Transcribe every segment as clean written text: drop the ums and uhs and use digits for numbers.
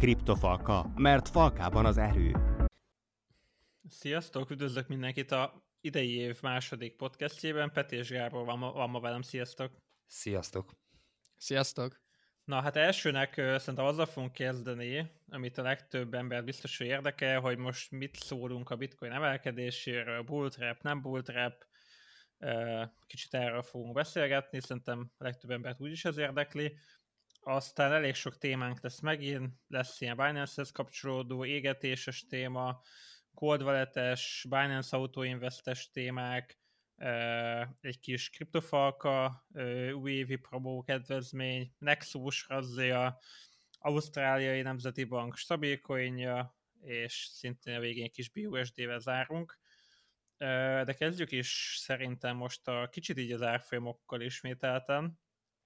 Kriptofalka, mert falkában az erő. Sziasztok, üdvözlök mindenkit a idei év második podcastjében. Peti és Gábor van ma velem, sziasztok! Sziasztok! Sziasztok! Na hát elsőnek szerintem azzal fogunk kezdeni, amit a legtöbb ember biztos, hogy érdekel, hogy most mit szólunk a bitcoin emelkedéséről, bulltrap, nem bulltrap, kicsit erről fogunk beszélgetni, szerintem a legtöbb embert úgyis ez érdekli. Aztán elég sok témánk lesz megint, lesz ilyen Binance-hez kapcsolódó, égetéses téma, Cold Wallet-es, Binance Auto-investes témák, egy kis kriptofalka, új évi promó kedvezmény, Nexus, Razzia, Ausztráliai Nemzeti Bank stabilcoinja, és szintén a végén kis BUSD-vel zárunk. De kezdjük is szerintem most kicsit így az árfolyamokkal ismételten.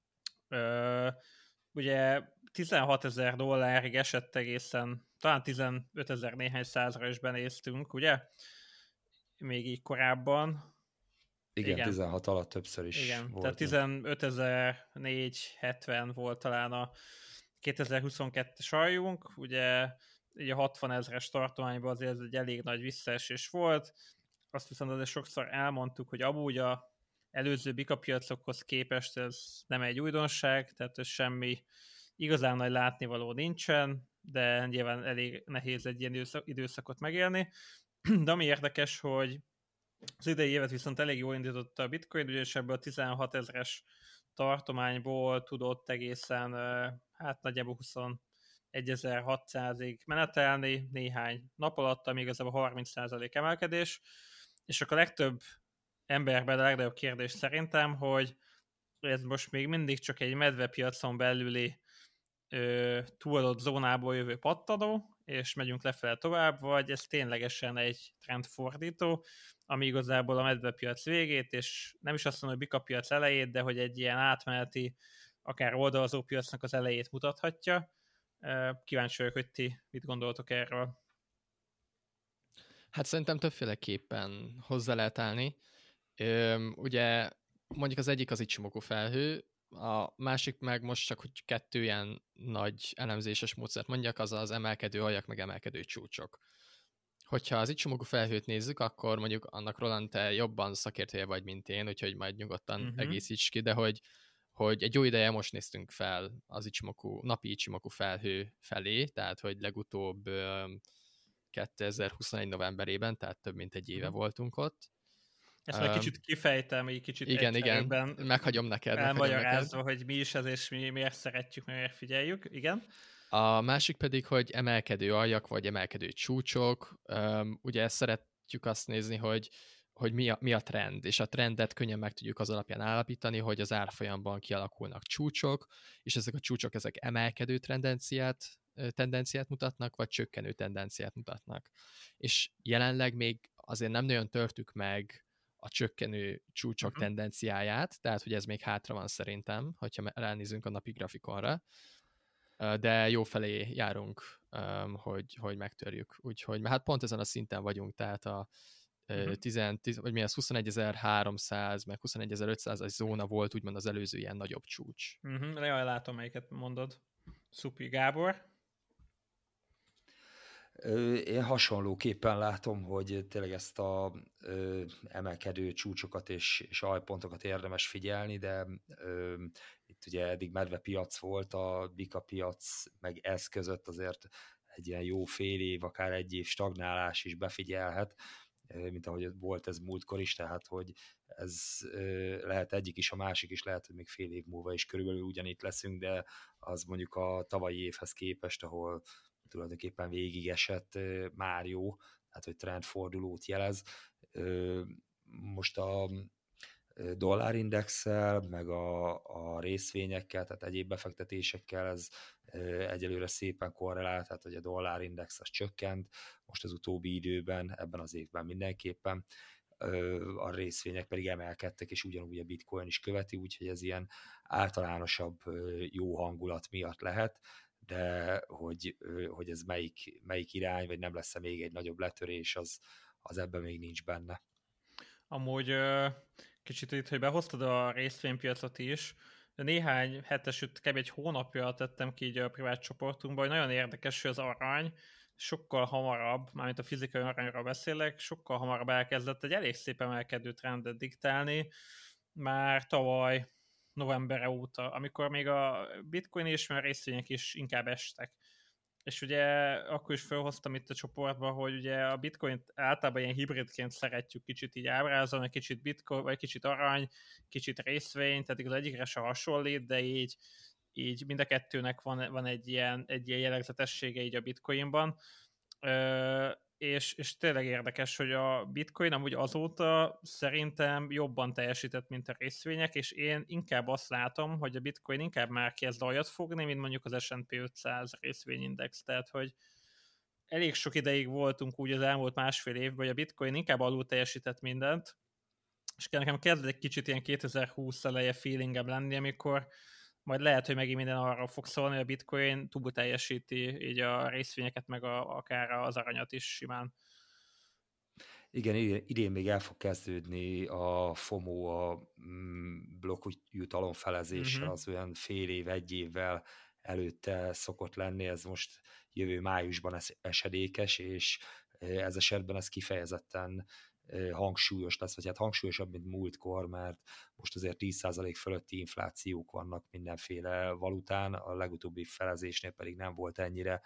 Ugye $16,000 esett egészen, talán 15,000 néhány százra is benéztünk, ugye? Még így korábban. Igen, 16 alatt többször is igen, volt. Tehát 15.470 volt talán a 2022-es aljunk, ugye a 60 000-es tartományban azért ez egy elég nagy visszaesés volt, azt viszont azért sokszor elmondtuk, hogy amúgy a előző bikapiacokhoz képest ez nem egy újdonság, tehát ez semmi igazán nagy látnivaló nincsen, de nyilván elég nehéz egy ilyen időszakot megélni. De ami érdekes, hogy az idei évet viszont elég jól indította a bitcoin, ugyanis ebből a 16 000-es tartományból tudott egészen hát nagyjából 21.600-ig menetelni néhány nap alatt, ami igazából 30% emelkedés, és akkor a legtöbb emberben a legnagyobb kérdés szerintem, hogy ez most még mindig csak egy medvepiacon belüli túladott zónából jövő pattanó, és megyünk lefele tovább, vagy ez ténylegesen egy trendfordító, ami igazából a medvepiac végét, és nem is azt mondom, hogy bikapiac elejét, de hogy egy ilyen átmeneti, akár oldalazó piacnak az elejét mutathatja. Kíváncsi vagyok, hogy ti mit gondoltok erről. Hát szerintem többféleképpen hozzá lehet állni. Ugye mondjuk az egyik az Ichimoku felhő, a másik meg most csak, hogy kettő ilyen nagy elemzéses módszert mondjak, az az emelkedő aljak, meg emelkedő csúcsok. Hogyha az Ichimoku felhőt nézzük, akkor mondjuk annak Roland, te jobban szakértője vagy, mint én, úgyhogy majd nyugodtan egészíts ki, de hogy egy jó ideje most néztünk fel az napi Ichimoku felhő felé, tehát hogy legutóbb 2021 novemberében, tehát több mint egy éve voltunk ott. Ezt meg kicsit kifejtem, így kicsit igen, meghagyom neked. Elmagyarázva, hogy mi is ez, és mi miért szeretjük, miért figyeljük, igen. A másik pedig, hogy emelkedő aljak, vagy emelkedő csúcsok. Ugye ezt szeretjük azt nézni, hogy mi a trend, és a trendet könnyen meg tudjuk az alapján állapítani, hogy az árfolyamban kialakulnak csúcsok, és ezek a csúcsok emelkedő tendenciát mutatnak, vagy csökkenő tendenciát mutatnak. És jelenleg még azért nem nagyon törtük meg a csökkenő csúcsok tendenciáját, tehát hogy ez még hátra van szerintem, hogyha ránézünk a napi grafikonra, de jó felé járunk, hogy megtörjük. Úgyhogy hát pont ezen a szinten vagyunk, tehát a 21.300 meg 21.500 zóna volt úgymond az előző ilyen nagyobb csúcs. Jaj, látom, melyiket mondod. Szupi, Gábor? Én hasonlóképpen látom, hogy tényleg ezt a emelkedő csúcsokat és alpontokat érdemes figyelni, de itt ugye eddig medvepiac volt, a bikapiac meg ez között azért egy ilyen jó fél év, akár egy év stagnálás is befigyelhet, mint ahogy volt ez múltkor is, tehát hogy ez lehet egyik is, a másik is, lehet, hogy még fél év múlva is körülbelül ugyanitt leszünk, de az mondjuk a tavalyi évhez képest, ahol tulajdonképpen végig esett, már jó, tehát hogy trendfordulót jelez. Most a dollárindexsel, meg a részvényekkel, tehát egyéb befektetésekkel ez egyelőre szépen korrelál, tehát hogy a dollárindex az csökkent, most az utóbbi időben, ebben az évben mindenképpen, a részvények pedig emelkedtek, és ugyanúgy a bitcoin is követi, úgyhogy ez ilyen általánosabb jó hangulat miatt lehet, de hogy ez melyik irány, vagy nem lesz-e még egy nagyobb letörés, az ebben még nincs benne. Amúgy kicsit itt, hogy behoztad a részvénypiacot is, néhány hetes, sőt kb. Egy hónapja tettem ki így a privát csoportunkban, hogy nagyon érdekes, hogy az arany sokkal hamarabb, mármint a fizikai aranyról beszélek, sokkal hamarabb elkezdett egy elég szép emelkedő trendet diktálni, már tavaly november óta, amikor még a bitcoin és a részvények is inkább estek. És ugye akkor is felhoztam itt a csoportba, hogy ugye a bitcoint általában ilyen hibridként szeretjük kicsit így ábrázolni, kicsit bitcoin, vagy kicsit arany, kicsit részvény, tehát az egyikre se hasonlít, de így mind a kettőnek van egy ilyen jellegzetessége így a bitcoinban. És tényleg érdekes, hogy a bitcoin amúgy azóta szerintem jobban teljesített, mint a részvények, és én inkább azt látom, hogy a bitcoin inkább már kezd aljat fogni, mint mondjuk az S&P 500 részvényindex, tehát hogy elég sok ideig voltunk úgy az elmúlt másfél évben, hogy a bitcoin inkább alul teljesített mindent, és nekem kezd egy kicsit ilyen 2020 eleje feelingem lenni, amikor majd lehet, hogy megint minden arra fog szólni, hogy a bitcoin túl teljesíti így a részvényeket, meg akár az aranyat is simán. Igen, idén még el fog kezdődni a FOMO, a blokkjutalomfelezéssel, az olyan fél év, egy évvel előtte szokott lenni, ez most jövő májusban esedékes, és ez esetben ez kifejezetten hangsúlyos lesz, vagy hát hangsúlyosabb, mint múltkor, mert most azért 10% fölötti inflációk vannak mindenféle valután, a legutóbbi felezésnél pedig nem volt ennyire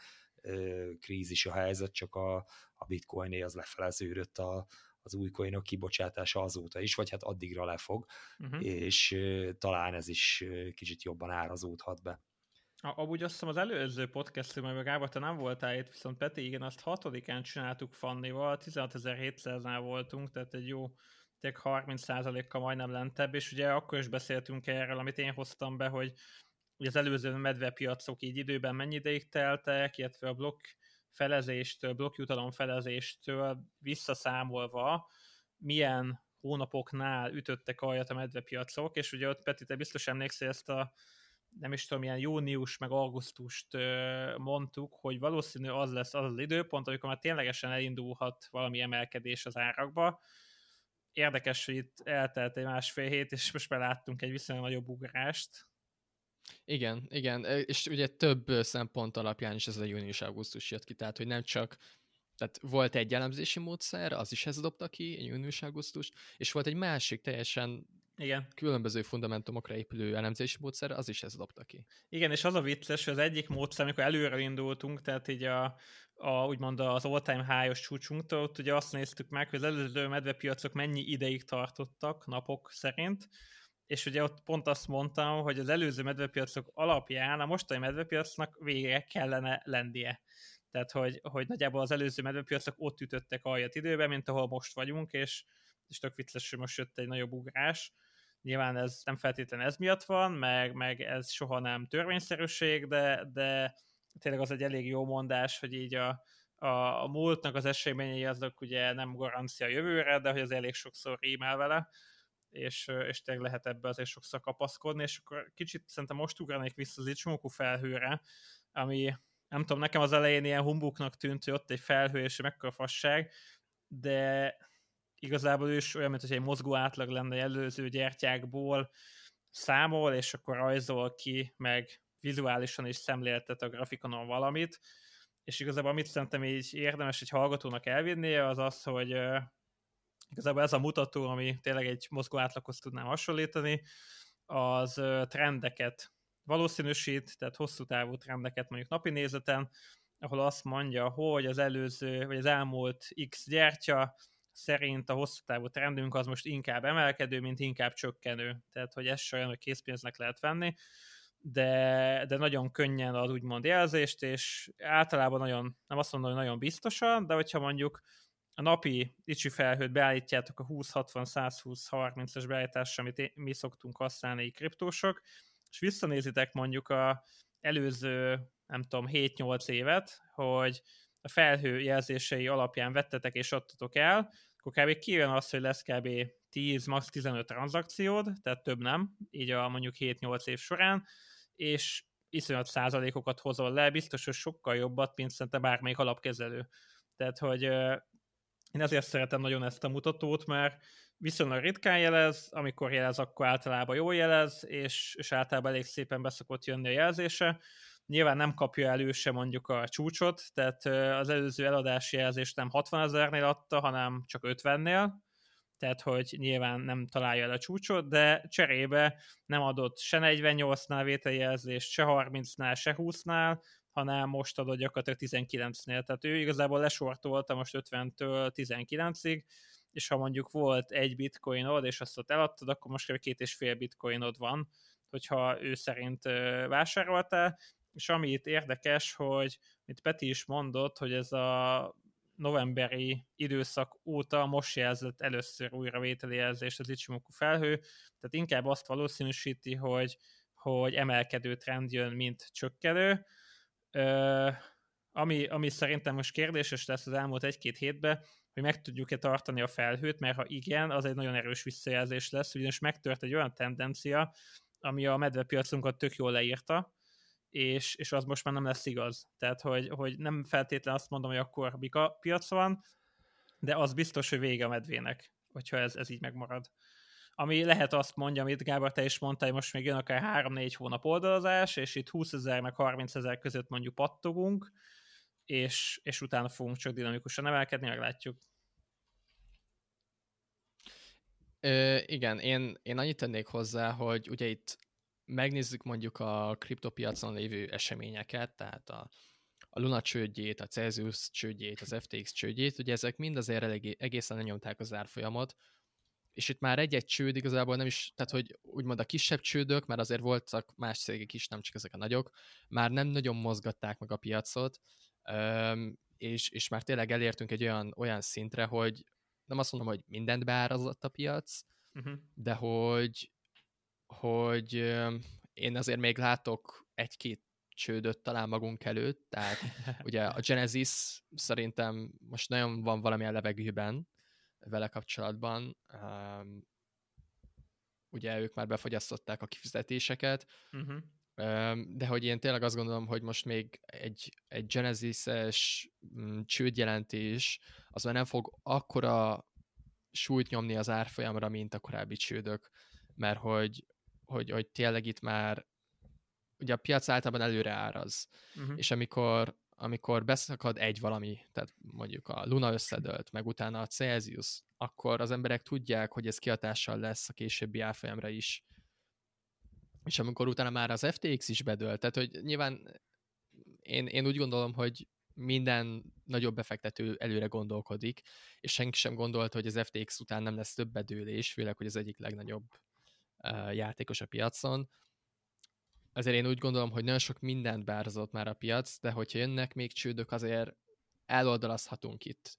krízis a helyzet, csak a bitcoin az lefeleződött az új coinok kibocsátása azóta is, vagy hát addigra lefog, és talán ez is kicsit jobban árazódhat be. Amúgy azt hiszem az előző podcastban, meg Gábor, te nem voltál itt, viszont Peti, igen, azt 6-án csináltuk Fannival, 16.700-nál voltunk, tehát egy jó 30%-kal majdnem lentebb, és ugye akkor is beszéltünk erről, amit én hoztam be, hogy az előző medvepiacok így időben mennyi ideig teltek, illetve a blokkjutalom felezéstől visszaszámolva milyen hónapoknál ütöttek aljat a medvepiacok, és ugye ott Peti, te biztos emlékszel ezt a nem is tudom, ilyen június meg augusztust mondtuk, hogy valószínű az lesz az időpont, amikor már ténylegesen elindulhat valami emelkedés az árakba. Érdekes, hogy itt eltelt egy másfél hét, és most már láttunk egy viszonylag nagyobb ugrást. Igen, és ugye több szempont alapján is ez a június-augusztus jött ki, tehát hogy nem csak, tehát volt egy elemzési módszer, az is ezt dobta ki, június-augusztus, és volt egy másik teljesen különböző fundamentumokra épülő elemzési módszer, az is ezt dobta ki. Igen, és az a vicces, hogy az egyik módszer, amikor előre indultunk, tehát így úgymond az all-time high-os csúcsunktól, ott ugye azt néztük meg, hogy az előző medvepiacok mennyi ideig tartottak napok szerint, és ugye ott pont azt mondtam, hogy az előző medvepiacok alapján a mostani medvepiacnak vége kellene lennie. Tehát, hogy nagyjából az előző medvepiacok ott ütöttek aljat időben, mint ahol most vagyunk, és tök vicces, hogy most jött egy nagyobb ugrás. Nyilván ez nem feltétlenül ez miatt van, meg ez soha nem törvényszerűség, de tényleg az egy elég jó mondás, hogy így a múltnak az eseményei azok ugye nem garancia jövőre, de hogy az elég sokszor rímel vele, és tényleg lehet ebbe azért sokszor kapaszkodni, és akkor kicsit szerintem most ugranék vissza az Ichimoku felhőre, ami nem tudom, nekem az elején ilyen humbuknak tűnt, hogy ott egy felhő, és mekkora fasság, de igazából ő is olyan, mint hogy egy mozgó átlag lenne előző gyertyákból számol, és akkor rajzol ki, meg vizuálisan is szemléltet a grafikonon valamit, és igazából amit szerintem így érdemes egy hallgatónak elvinnie, az az, hogy igazából ez a mutató, ami tényleg egy mozgó átlaghoz tudnám hasonlítani, az trendeket valószínűsít, tehát hosszú távú trendeket mondjuk napi nézeten, ahol azt mondja, hogy az előző, vagy az elmúlt X gyertya szerint a hosszú távú trendünk az most inkább emelkedő, mint inkább csökkenő. Tehát, hogy ez se olyan, hogy készpénznek lehet venni, de nagyon könnyen ad úgymond jelzést, és általában nagyon, nem azt mondom, hogy nagyon biztosan, de hogyha mondjuk a napi Ichi felhőt beállítjátok a 20-60-120-30-as beállításra, amit mi szoktunk használni kriptósok, és visszanézitek mondjuk a előző, nem tudom, 7-8 évet, hogy a felhő jelzései alapján vettetek és adtatok el, akkor kb. Kijön az, hogy lesz kb. 10, max. 15 tranzakciód, tehát több nem, így a mondjuk 7-8 év során, és iszonyat százalékokat hozol le, biztos, hogy sokkal jobbat, mint szerintem bármelyik alapkezelő. Tehát, hogy én ezért szeretem nagyon ezt a mutatót, mert viszonylag ritkán jelez, amikor jelez, akkor általában jól jelez, és általában elég szépen beszokott jönni a jelzése. Nyilván nem kapja elő se mondjuk a csúcsot, tehát az előző eladási jelzést nem 60 000-nél adta, hanem csak 50-nél, tehát hogy nyilván nem találja el a csúcsot, de cserébe nem adott se 48-nál vételjelzést, se 30-nál, se 20-nál, hanem most adott gyakorlatilag 19-nél, tehát ő igazából lesortolta most 50-től 19-ig, és ha mondjuk volt egy bitcoinod, és azt ott eladtad, akkor most 2,5 bitcoinod van, hogyha ő szerint vásároltál, és ami itt érdekes, hogy mint Peti is mondott, hogy ez a novemberi időszak óta most jelzett először újra vételjelzést az Ichimoku felhő, tehát inkább azt valószínűsíti, hogy emelkedő trend jön, mint csökkenő. Ami szerintem most kérdéses lesz az elmúlt 1-2 hétben, hogy meg tudjuk-e tartani a felhőt, mert ha igen, az egy nagyon erős visszajelzés lesz, ugyanis megtört egy olyan tendencia, ami a medvepiacunkat tök jól leírta, és az most már nem lesz igaz. Tehát, hogy nem feltétlenül azt mondom, hogy akkor bika piac van, de az biztos, hogy vége a medvének, hogyha ez így megmarad. Ami lehet azt mondja, amit Gábor, te is mondtál, hogy most még jön akár 3-4 hónap oldalazás, és itt 20 000 meg 30 000 között mondjuk pattogunk, és utána fogunk csak dinamikusan emelkedni, meglátjuk. Igen, én annyit tennék hozzá, hogy ugye itt megnézzük mondjuk a kriptopiacon lévő eseményeket, tehát a Luna csődjét, a Celsius csődjét, az FTX csődjét, ugye ezek mind azért egészen lenyomták az árfolyamot, és itt már egy-egy csőd igazából nem is, tehát hogy úgymond a kisebb csődök, mert azért voltak más cégek is, nem csak ezek a nagyok, már nem nagyon mozgatták meg a piacot, és már tényleg elértünk egy olyan szintre, hogy nem azt mondom, hogy mindent beárazott a piac, de hogy én azért még látok 1-2 csődöt talán magunk előtt, tehát ugye a Genesis szerintem most nagyon van valami a levegőben vele kapcsolatban, ugye ők már befogyasztották a kifizetéseket, de hogy én tényleg azt gondolom, hogy most még egy Genesis-es csődjelentés, az már nem fog akkora súlyt nyomni az árfolyamra, mint a korábbi csődök, mert hogy tényleg itt már ugye a piac általában előre áraz, és amikor beszakad egy valami, tehát mondjuk a Luna összedőlt, meg utána a Celsius, akkor az emberek tudják, hogy ez kihatással lesz a későbbi árfolyamra is. És amikor utána már az FTX is bedőlt, tehát hogy nyilván én úgy gondolom, hogy minden nagyobb befektető előre gondolkodik, és senki sem gondolta, hogy az FTX után nem lesz több bedőlés, főleg, hogy az egyik legnagyobb játékos a piacon. Azért én úgy gondolom, hogy nagyon sok mindent beárazott már a piac, de hogyha jönnek még csődök, azért eloldalazhatunk itt.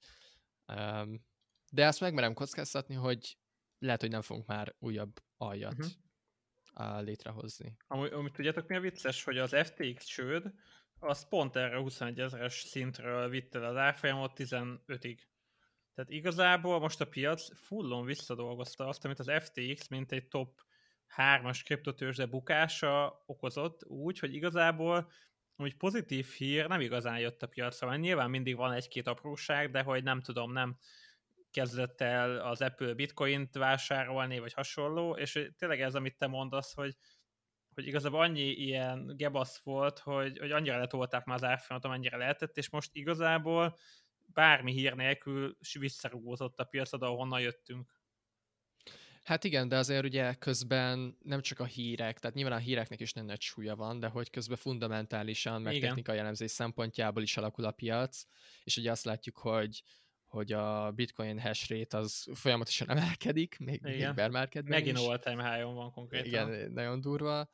De azt megmerem kockáztatni, hogy lehet, hogy nem fogunk már újabb aljat létrehozni. Amit tudjátok, mi a vicces, hogy az FTX csőd, az pont erre a 21 000-es szintről vitte az árfolyamot 15-ig. Tehát igazából most a piac fullon visszadolgozta azt, amit az FTX, mint egy top 3-as kriptotőzsde bukása okozott úgy, hogy igazából úgy pozitív hír nem igazán jött a piacra, mert nyilván mindig van 1-2 apróság, de hogy nem tudom, nem kezdett el az Apple bitcoint vásárolni, vagy hasonló, és tényleg ez, amit te mondasz, hogy igazából annyi ilyen gebasz volt, hogy annyira letolták már az árfolyamot, amennyire lehetett, és most igazából bármi hír nélkül visszarugózott a piacod, ahonnan jöttünk. Hát igen, de azért ugye közben nem csak a hírek, tehát nyilván a híreknek is nem nagy súlya van, de hogy közben fundamentálisan, meg technikai elemzés szempontjából is alakul a piac, és ugye azt látjuk, hogy a bitcoin hash rate az folyamatosan emelkedik, még bear marketben megint all-time high-on van konkrétan. Igen, nagyon durva.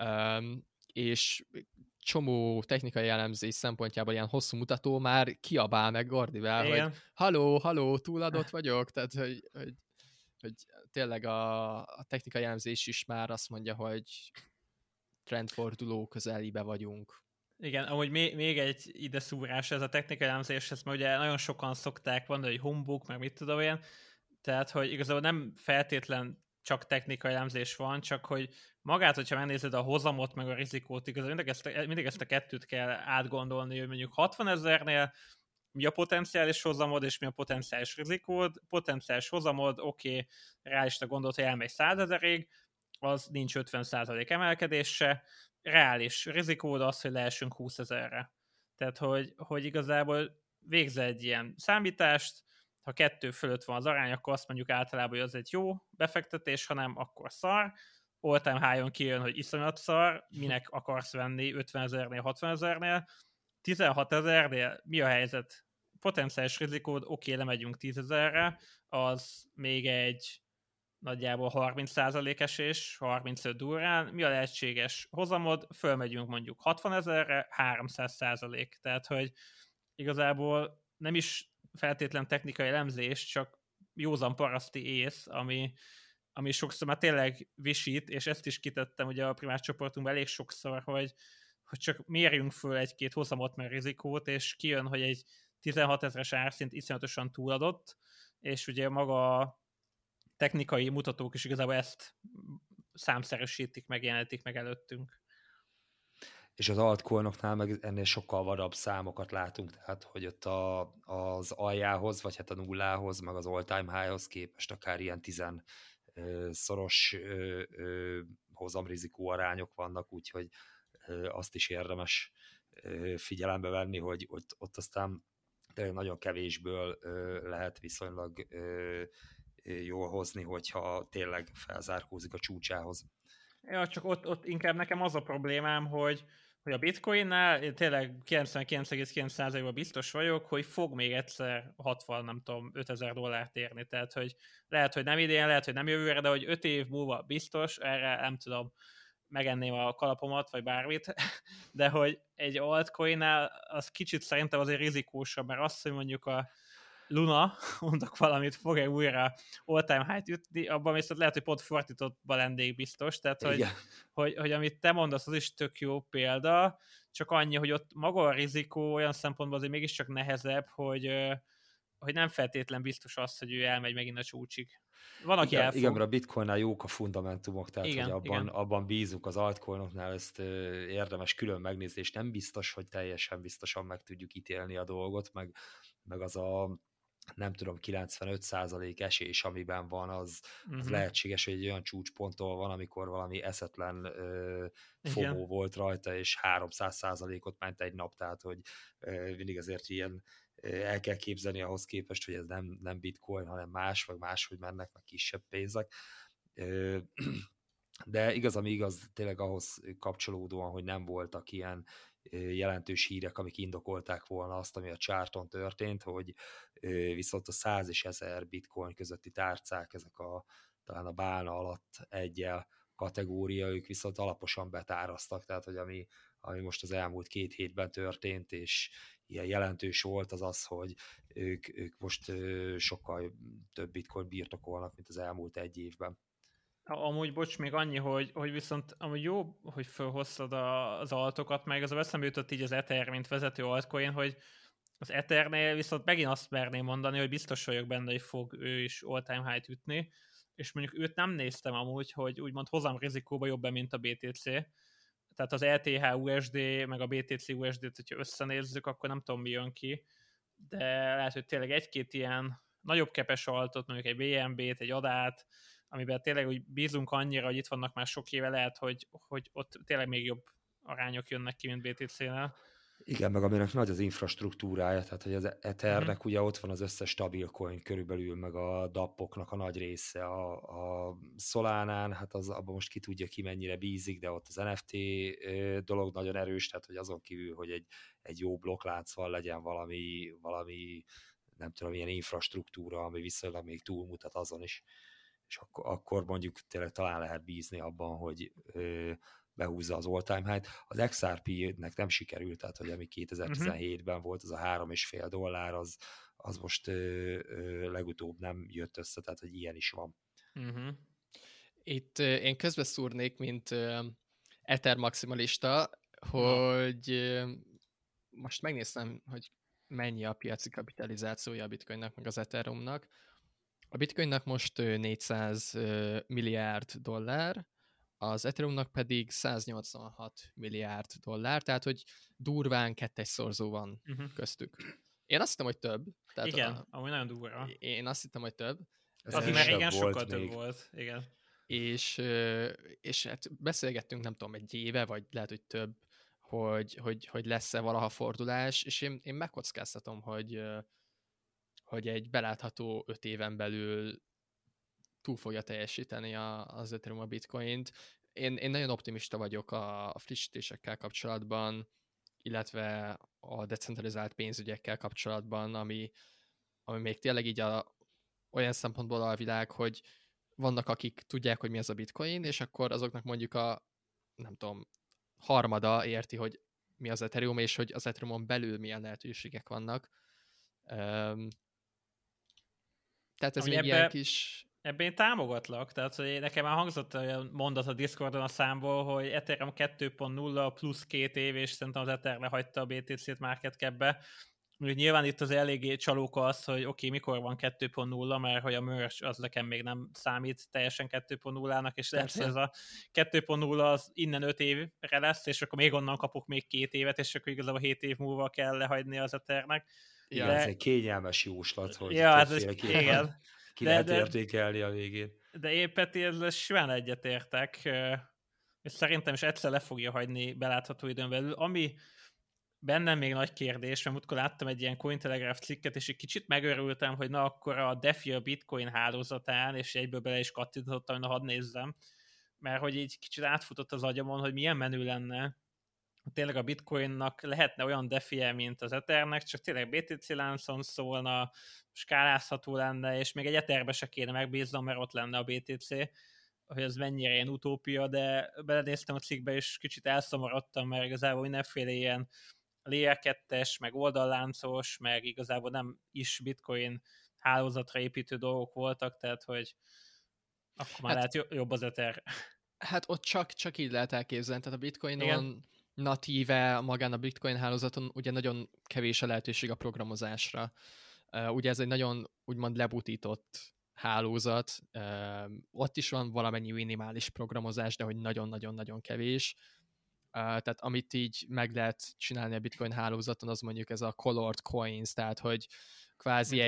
És csomó technikai elemzés szempontjából ilyen hosszú mutató már kiabál meg Gordivel, hogy haló, túladott vagyok, tehát hogy tényleg a technikai elemzés is már azt mondja, hogy trendforduló közelébe vagyunk. Igen, amúgy még egy ide szúrás ez a technikai elemzéshez, mert ugye nagyon sokan szokták mondani, hogy humbug, meg mit tudom én, tehát hogy igazából nem feltétlen csak technikai elemzés van, csak hogy magát, hogyha megnézed a hozamot, meg a rizikót, igazából mindig ezt a kettőt kell átgondolni, hogy mondjuk 60 000-nél mi a potenciális hozamod, és mi a potenciális rizikód. Potenciális hozamod, oké, realista gondolt, hogy elmegy 100 000-ig, az nincs 50% emelkedése, reális rizikód az, hogy leesünk 20 000-re. Tehát, hogy igazából végzel egy ilyen számítást, ha 2 fölött van az arány, akkor azt mondjuk általában, hogy az egy jó befektetés, ha nem, akkor szar. All-time high-on kijön, hogy iszonyat szar, minek akarsz venni 50 000-nél, 60 000-nél. 16 000-nél mi a helyzet? Potenciális rizikód, oké, lemegyünk 10 000-re, az még egy nagyjából 30% esés, 35 durrán. Mi a lehetséges hozamod? Fölmegyünk mondjuk 60 000-re, 300%. Tehát, hogy igazából nem is feltétlen technikai elemzés, csak józan paraszti ész, ami sokszor már tényleg visít, és ezt is kitettem ugye a privát csoportunkban elég sokszor, hogy csak mérjünk föl egy-két hozamot meg rizikót, és kijön, hogy egy 16 000-es árszint iszonyatosan túladott, és ugye maga a technikai mutatók is igazából ezt számszerűsítik, megjelenítik meg előttünk. És az altcoinoknál meg ennél sokkal vadabb számokat látunk, tehát hogy ott az aljához, vagy hát a nullához, meg az all-time high-hoz képest akár ilyen 10-szoros hozamrizikó arányok vannak, úgyhogy azt is érdemes figyelembe venni, hogy ott aztán nagyon kevésből lehet viszonylag jól hozni, hogyha tényleg felzárkózik a csúcsához. Ja, csak ott inkább nekem az a problémám, hogy a bitcoinnál én tényleg 99,9%-ban biztos vagyok, hogy fog még egyszer 60, nem tudom, $5000 érni. Tehát, hogy lehet, hogy nem idén, lehet, hogy nem jövőre, de hogy 5 év múlva biztos, erre nem tudom, megenném a kalapomat, vagy bármit, de hogy egy altcoinnál az kicsit szerintem azért rizikósabb, mert azt, hogy mondjuk a Luna, mondok valamit, fog-e újra all-time high-t ütni, abban viszont lehet, hogy pont fordítottban lennék biztos, tehát hogy amit te mondasz, az is tök jó példa, csak annyi, hogy ott maga a rizikó olyan szempontból azért mégiscsak nehezebb, hogy nem feltétlen biztos az, hogy ő elmegy megint a csúcsig. Van, aki elfog. Igen, mert a bitcoinnál jók a fundamentumok, tehát igen, hogy abban bízunk, az altcoinoknál ezt érdemes külön megnézni, és nem biztos, hogy teljesen biztosan meg tudjuk ítélni a dolgot, meg az a nem tudom, 95% esés, amiben van, az lehetséges, hogy egy olyan csúcsponttól van, amikor valami eszetlen FOMO volt rajta, és 300%-ot ment egy nap, tehát hogy mindig azért ilyen el kell képzelni ahhoz képest, hogy ez nem bitcoin, hanem meg máshogy mennek, meg kisebb pénzek. De igaz, ami igaz, tényleg ahhoz kapcsolódóan, hogy nem voltak ilyen jelentős hírek, amik indokolták volna azt, ami a charton történt, hogy viszont a 100 és 1000 bitcoin közötti tárcák, ezek talán a bálna alatt egyel kategória, ők viszont alaposan betáraztak, tehát hogy ami most az elmúlt 2 hétben történt, és ilyen jelentős volt, az, hogy ők most sokkal több bitcoin birtokolnak, mint az elmúlt 1 évben. Amúgy, bocs, még annyi, hogy viszont amúgy jó, hogy felhoztad az altokat, meg az eszembe jutott így az Ether, mint vezető altcoin, hogy az Ethernél viszont megint azt merném mondani, hogy biztos vagyok benne, hogy fog ő is all-time high-t ütni, és mondjuk őt nem néztem amúgy, hogy úgymond hozam rizikóba jobb, mint a BTC. Tehát az ETH USD, meg a BTC USD-t, hogyha összenézzük, akkor nem tudom, mi jön ki, de lehet, hogy tényleg egy-két ilyen nagyobb kepes altot, mondjuk egy BNB-t, egy adát, amiben tényleg úgy bízunk annyira, hogy itt vannak már sok éve, lehet, hogy ott tényleg még jobb arányok jönnek ki, mint BTC-nál. Igen, meg aminek nagy az infrastruktúrája, tehát hogy az Ethernek ugye ott van az összes stabil coin körülbelül, meg a DApp-oknak a nagy része, a Solánán, hát abban most ki tudja ki mennyire bízik, de ott az NFT dolog nagyon erős, tehát hogy azon kívül, hogy egy jó blokklánc van, legyen valami nem tudom, ilyen infrastruktúra, ami viszonylag még túlmutat azon is, és akkor mondjuk tényleg talán lehet bízni abban, hogy behúzza az all-time high-t. Az XRP-nek nem sikerült, tehát hogy ami 2017-ben volt, az a $3,5, az most legutóbb nem jött össze, tehát hogy ilyen is van. Itt én közbeszúrnék, mint Ether maximalista, hogy most megnéztem, hogy mennyi a piaci kapitalizációja a Bitcoinnak, meg az Ethereumnak. A Bitcoinnak most 400 milliárd dollár, az Ethereumnak pedig 186 milliárd dollár, tehát hogy durván 2 szorzó van köztük. Én azt hittem, hogy több. Tehát igen, amúgy nagyon durva. Én azt hittem, hogy több. Az már igen, sokkal több volt. Igen. És hát beszélgettünk, nem tudom, egy éve, vagy lehet, hogy több, hogy lesz-e valaha fordulás, és én megkockáztatom, hogy egy belátható 5 éven belül túl fogja teljesíteni az Ethereum a Bitcoint. Én nagyon optimista vagyok a frissítésekkel kapcsolatban, illetve a decentralizált pénzügyekkel kapcsolatban, ami még tényleg így olyan szempontból a világ, hogy vannak, akik tudják, hogy mi az a Bitcoin, és akkor azoknak mondjuk nem tudom, harmada érti, hogy mi az Ethereum, és hogy az Ethereumon belül milyen lehetőségek vannak. Tehát ez még ilyen kis... Ebben én támogatlak, tehát hogy nekem már hangzott olyan mondat a Discordon a számból, hogy Ethereum 2.0 plusz 2 év, és szerintem az Ether lehagyta a BTC-t market cap-be. Nyilván itt az eléggé csalóka az, hogy oké, mikor van 2.0, mert hogy a merge az nekem még nem számít teljesen 2.0-nak, és lehet, hogy ez a 2.0 az innen 5 évre lesz, és akkor még onnan kapok még 2 évet, és akkor igazából 7 év múlva kell lehagyni az Ethernek. Ja, de... ez egy kényelmes jóslat, hogy igen. Ki lehet értékelni a végén. De én Peti, ezzel simán egyetértek, és szerintem is egyszer le fogja hagyni belátható időn belül. Ami bennem még nagy kérdés, mert múltkor láttam egy ilyen Cointelegraph cikket, és egy kicsit megörültem, hogy na akkor a DeFi a Bitcoin hálózatán, és egyből bele is kattintottam, hogy na hadd nézzem, mert hogy így kicsit átfutott az agyamon, hogy milyen menő lenne, tényleg a Bitcoinnak lehetne olyan DeFi-je, mint az Ethernek, csak tényleg BTC láncon szólna, skálázható lenne, és még egy Etherbe se kéne megbíznom, mert ott lenne a BTC, hogy ez mennyire ilyen utópia, de belenéztem a cikkbe, és kicsit elszomorodtam, mert igazából mindenféle ilyen Layer 2-es, meg oldalláncos, meg igazából nem is Bitcoin hálózatra építő dolgok voltak, tehát hogy akkor már lehet jobb az Ether. Hát ott csak így lehet elképzelni, tehát a Bitcoinon natíve magán a Bitcoin hálózaton ugye nagyon kevés a lehetőség a programozásra. Ugye ez egy nagyon úgymond lebutított hálózat, ott is van valamennyi minimális programozás, de hogy nagyon-nagyon-nagyon kevés. Tehát amit így meg lehet csinálni a Bitcoin hálózaton, az mondjuk ez a colored coins, tehát hogy kvázi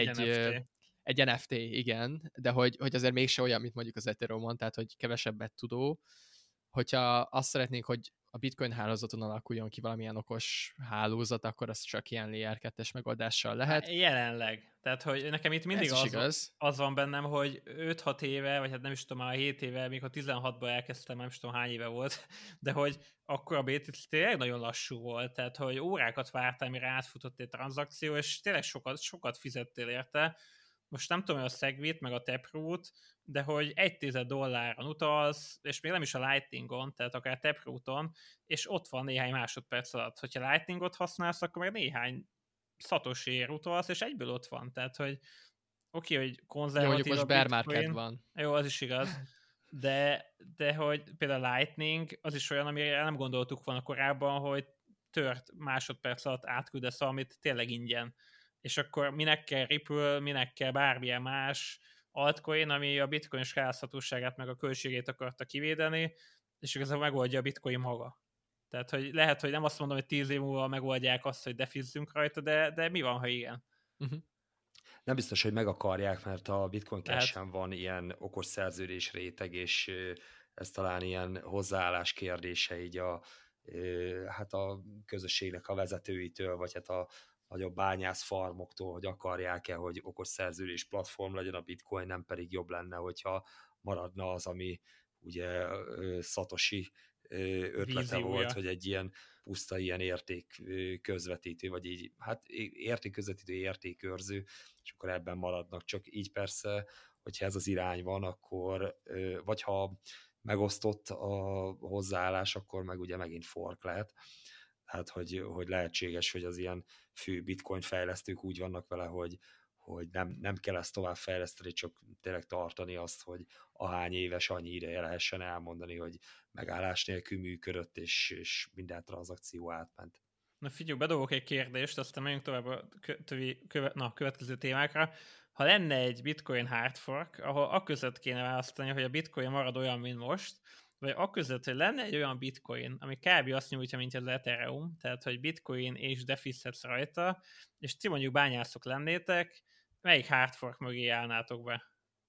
egy NFT, igen, de hogy azért mégse olyan, mint mondjuk az Ethereumon, tehát hogy kevesebbet tudó. Hogyha azt szeretnénk, hogy a Bitcoin hálózaton alakuljon ki valamilyen okos hálózat, akkor az csak ilyen Layer 2-es megoldással lehet. Jelenleg. Tehát, hogy nekem itt mindig az van bennem, hogy 5-6 éve, vagy hát nem is tudom, már 7 éve, mikor 16-ban elkezdtem, nem is tudom hány éve volt, de hogy akkor a BTC tényleg nagyon lassú volt, tehát, hogy órákat vártál, mire átfutott egy tranzakció, és tényleg sokat fizettél érte. Most nem tudom, hogy a Segwit, meg a Taproot, de hogy $1 utalsz, és még nem is a Lightningon, tehát akár Taprooton, és ott van néhány másodperc alatt. Hogyha Lightningot használsz, akkor meg néhány Satoshi-ért utalsz, és egyből ott van. Tehát, hogy oké, hogy konzervatív jó, most bear market van. Jó, az is igaz. De hogy például a Lightning, az is olyan, amire nem gondoltuk volna korábban, hogy tört másodperc alatt átküldesz valamit tényleg ingyen. És akkor minek kell Ripple, minek kell bármilyen más altcoin, ami a Bitcoin skálázhatóságát meg a költségét akarta kivédeni, és igazából megoldja a Bitcoin maga. Tehát, hogy lehet, hogy nem azt mondom, hogy 10 év múlva megoldják azt, hogy defizzünk rajta, de mi van, ha igen? Uh-huh. Nem biztos, hogy meg akarják, mert a Bitcoin Cash-en van ilyen okos szerződés réteg, és ez talán ilyen hozzáállás kérdése így a közösségnek a vezetőitől, vagy hát a nagyobb bányász farmoktól, hogy akarják-e, hogy okos szerződés platform legyen a Bitcoin, nem pedig jobb lenne, hogyha maradna az, ami ugye Satoshi ötlete víziója volt, hogy egy ilyen puszta ilyen érték közvetítő, vagy így, hát érték közvetítő, értékőrző, és akkor ebben maradnak. Csak így persze, hogyha ez az irány van, akkor, vagy ha megosztott a hozzáállás, akkor meg ugye megint fork lehet. Hát, hogy lehetséges, hogy az ilyen fő bitcoin fejlesztők úgy vannak vele, hogy nem kell ezt tovább fejleszteni, csak tényleg tartani azt, hogy ahány éves, annyi ideje lehessen elmondani, hogy megállás nélkül működött, és minden tranzakció átment. Na figyelj, bedobok egy kérdést, aztán menjünk tovább a következő témákra. Ha lenne egy bitcoin hard fork, ahol aközött kéne választani, hogy a bitcoin marad olyan, mint most, vagy aközött, hogy lenne egy olyan bitcoin, ami kb. Azt nyújtja, mint az Ethereum, tehát hogy bitcoin és defizetsz rajta, és ti mondjuk bányászok lennétek, melyik hard fork mögé állnátok be?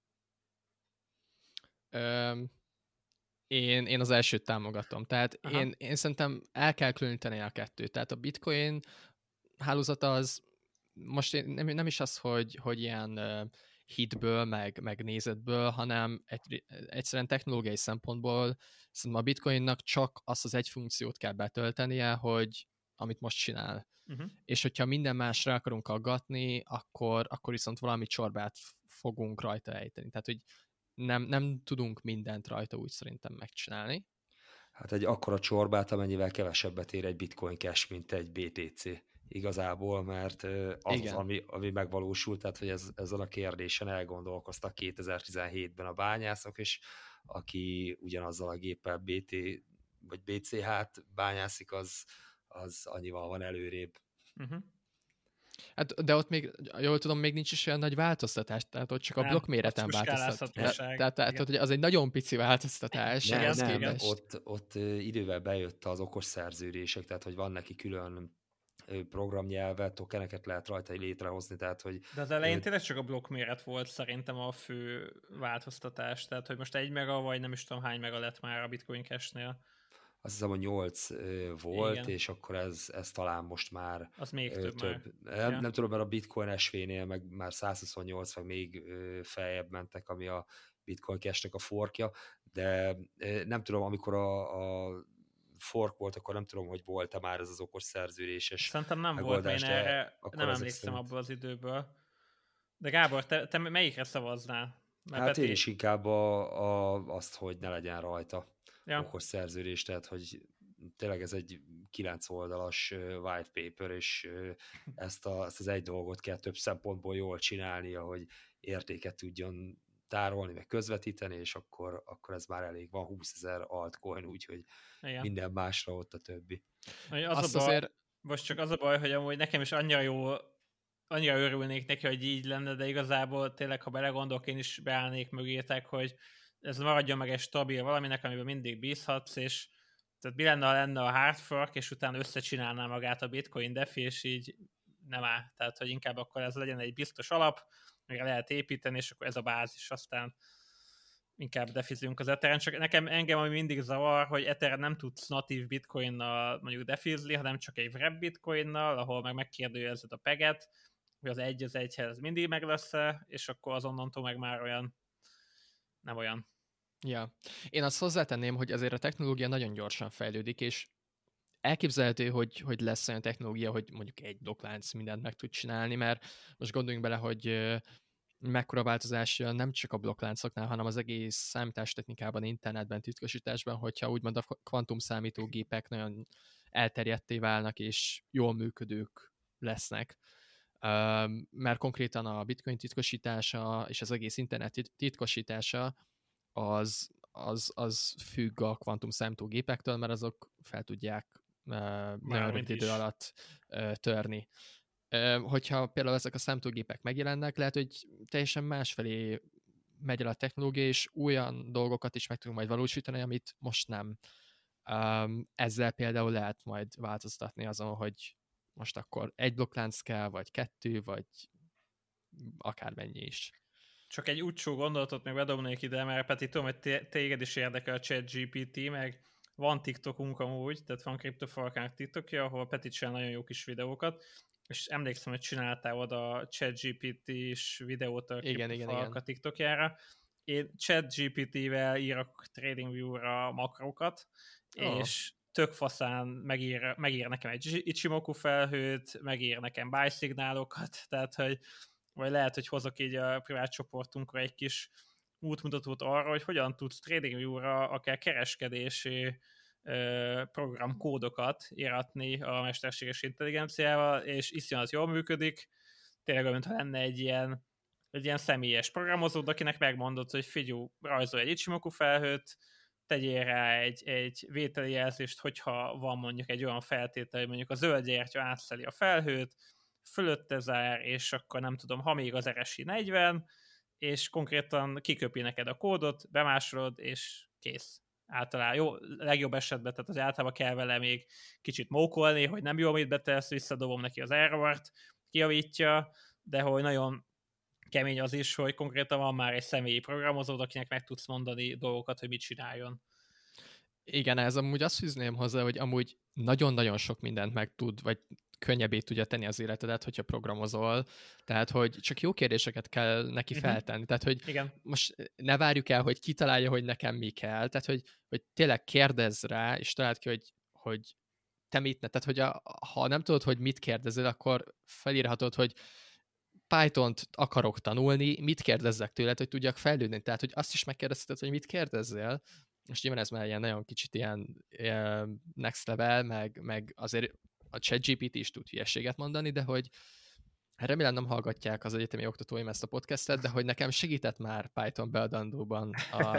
Én az elsőt támogatom. Tehát én szerintem el kell különíteni a kettőt. Tehát a bitcoin hálózata az most nem is az, hogy ilyen hitből, meg nézetből, hanem egyszerűen technológiai szempontból szerintem a bitcoinnak csak azt az egy funkciót kell betöltenie, hogy amit most csinál. És hogyha minden másra akarunk aggatni, akkor viszont valami csorbát fogunk rajta ejteni. Tehát, hogy nem tudunk mindent rajta úgy szerintem megcsinálni. Hát egy akkora csorbát, amennyivel kevesebbet ér egy Bitcoin Cash, mint egy BTC igazából, mert az, ami megvalósult, tehát hogy ezzel a kérdésen elgondolkoztak 2017-ben a bányászok, és aki ugyanazzal a géppel vagy BCH-t bányászik, az annyival van előrébb. Hát, de ott még, jól tudom, még nincs is olyan nagy változtatás, tehát ott csak a blokkméreten változtat. Tehát hogy az egy nagyon pici változtatás. Nem, ott idővel bejött az okos szerződések, tehát hogy van neki külön programnyelve, tokeneket lehet rajta létrehozni, tehát hogy... De az elején tényleg csak a blokkméret volt szerintem a fő változtatás, tehát hogy most 1 mega, vagy nem is tudom hány mega lett már a Bitcoin Cash-nél. Azt hiszem, hogy 8 volt, igen. És akkor ez talán most már az még több. Nem tudom, mert a Bitcoin SV-nél meg már 128, vagy még feljebb mentek, ami a Bitcoin Cash-nek a forkja, de nem tudom, amikor a fork volt, akkor nem tudom, hogy volt-e már ez az okos szerződéses szerintem nem volt, én erre nem emlékszem abból az időből. De Gábor, te melyikre szavaznál? Mert hát én is inkább azt, hogy ne legyen rajta okos szerződés, tehát hogy tényleg ez egy 9 oldalas white paper, és ezt az egy dolgot kell több szempontból jól csinálnia, hogy értéket tudjon tárolni, meg közvetíteni, és akkor ez már elég. Van 20 000 altcoin, úgyhogy minden másra ott a többi. Most csak az a baj, hogy amúgy nekem is annyira örülnék neki, hogy így lenne, de igazából tényleg, ha belegondolok, én is beállnék mögétek, hogy ez maradjon meg egy stabil valaminek, amiben mindig bízhatsz, és tehát mi lenne a hard fork, és utána összecsinálná magát a Bitcoin DeFi, és így nem áll. Tehát, hogy inkább akkor ez legyen egy biztos alap, amire lehet építeni, és akkor ez a bázis, aztán inkább defizünk az Etheren. Csak engem ami mindig zavar, hogy Etheren nem tudsz natív Bitcoinnal mondjuk defizni, hanem csak egy wrap Bitcoinnal, ahol megkérdőjelezed a peget, hogy az egy az egyhez mindig meg lesz-e, és akkor azonnantól meg már olyan nem olyan. Ja. Én azt hozzátenném, hogy azért a technológia nagyon gyorsan fejlődik, és elképzelhető, hogy lesz olyan technológia, hogy mondjuk egy blokklánc mindent meg tud csinálni, mert most gondoljunk bele, hogy mekkora változás jön nem csak a blokkláncoknál, hanem az egész számítástechnikában, internetben, titkosításban, hogyha úgymond a kvantum számítógépek nagyon elterjedté válnak, és jól működők lesznek. Mert konkrétan a Bitcoin titkosítása és az egész internet titkosítása az függ a kvantum számítógépektől, mert azok fel tudják nagyon rövid idő alatt törni. Hogyha például ezek a számítógépek megjelennek, lehet, hogy teljesen másfelé megy el a technológia, és olyan dolgokat is meg tudunk majd valósítani, amit most nem. Ezzel például lehet majd változtatni azon, hogy most akkor egy blokklánc kell, vagy 2, vagy akármennyi is. Csak egy utcsó gondolatot még bedobnék ide, mert Peti, tudom, hogy téged is érdekel a ChatGPT, meg van TikTokunk amúgy, tehát van CryptoFalkának TikTokja, ahol Peti csinál nagyon jó kis videókat, és emlékszem, hogy csináltál oda ChatGPT-s videót a CryptoFalka TikTokjára. Én ChatGPT-vel írok TradingView-ra makrokat, és tök faszán megír nekem egy Ichimoku felhőt, megír nekem buy szignálokat, tehát hogy vagy lehet, hogy hozok így a privát csoportunkra egy kis útmutatót arra, hogy hogyan tudsz TradingView-ra akár kereskedési programkódokat íratni a mesterséges intelligenciával, és iszonyat jól működik. Tényleg olyan, mintha lenne egy ilyen személyes programozód, akinek megmondod, hogy figyelj, rajzolj egy Ichimoku felhőt, tegyél rá egy vételi jelzést, hogyha van mondjuk egy olyan feltétel, hogy mondjuk a zöld gyertya átszeli a felhőt, fölötte zár, és akkor nem tudom, ha még az RSI 40, és konkrétan kiköpi neked a kódot, bemásolod, és kész. általában jó, legjobb esetben, tehát az általában kell vele még kicsit mókolni, hogy nem jó, amit betesz, visszadobom neki az errort, kijavítja, de hogy nagyon kemény az is, hogy konkrétan van már egy személyi programozód, akinek meg tudsz mondani dolgokat, hogy mit csináljon. Igen, ez amúgy azt fűzném hozzá, hogy amúgy nagyon-nagyon sok mindent meg tud, vagy könnyebbé tudja tenni az életedet, hogyha programozol. Tehát, hogy csak jó kérdéseket kell neki feltenni. Tehát, hogy igen. Most ne várjuk el, hogy kitalálja, hogy nekem mi kell. Tehát, hogy tényleg kérdezz rá, és találd ki, hogy te mit ne. Tehát, hogy ha nem tudod, hogy mit kérdezel, akkor felírhatod, hogy Python-t akarok tanulni, mit kérdezzek tőled, hogy tudjak fejlődni. Tehát, hogy azt is megkérdezheted, hogy mit kérdezzél. Most nyilván ez már ilyen nagyon kicsit ilyen next level, meg azért a ChatGPT is tud hülyeséget mondani, de hogy remélem nem hallgatják az egyetemi oktatóim ezt a podcastet, de hogy nekem segített már Python beadandóban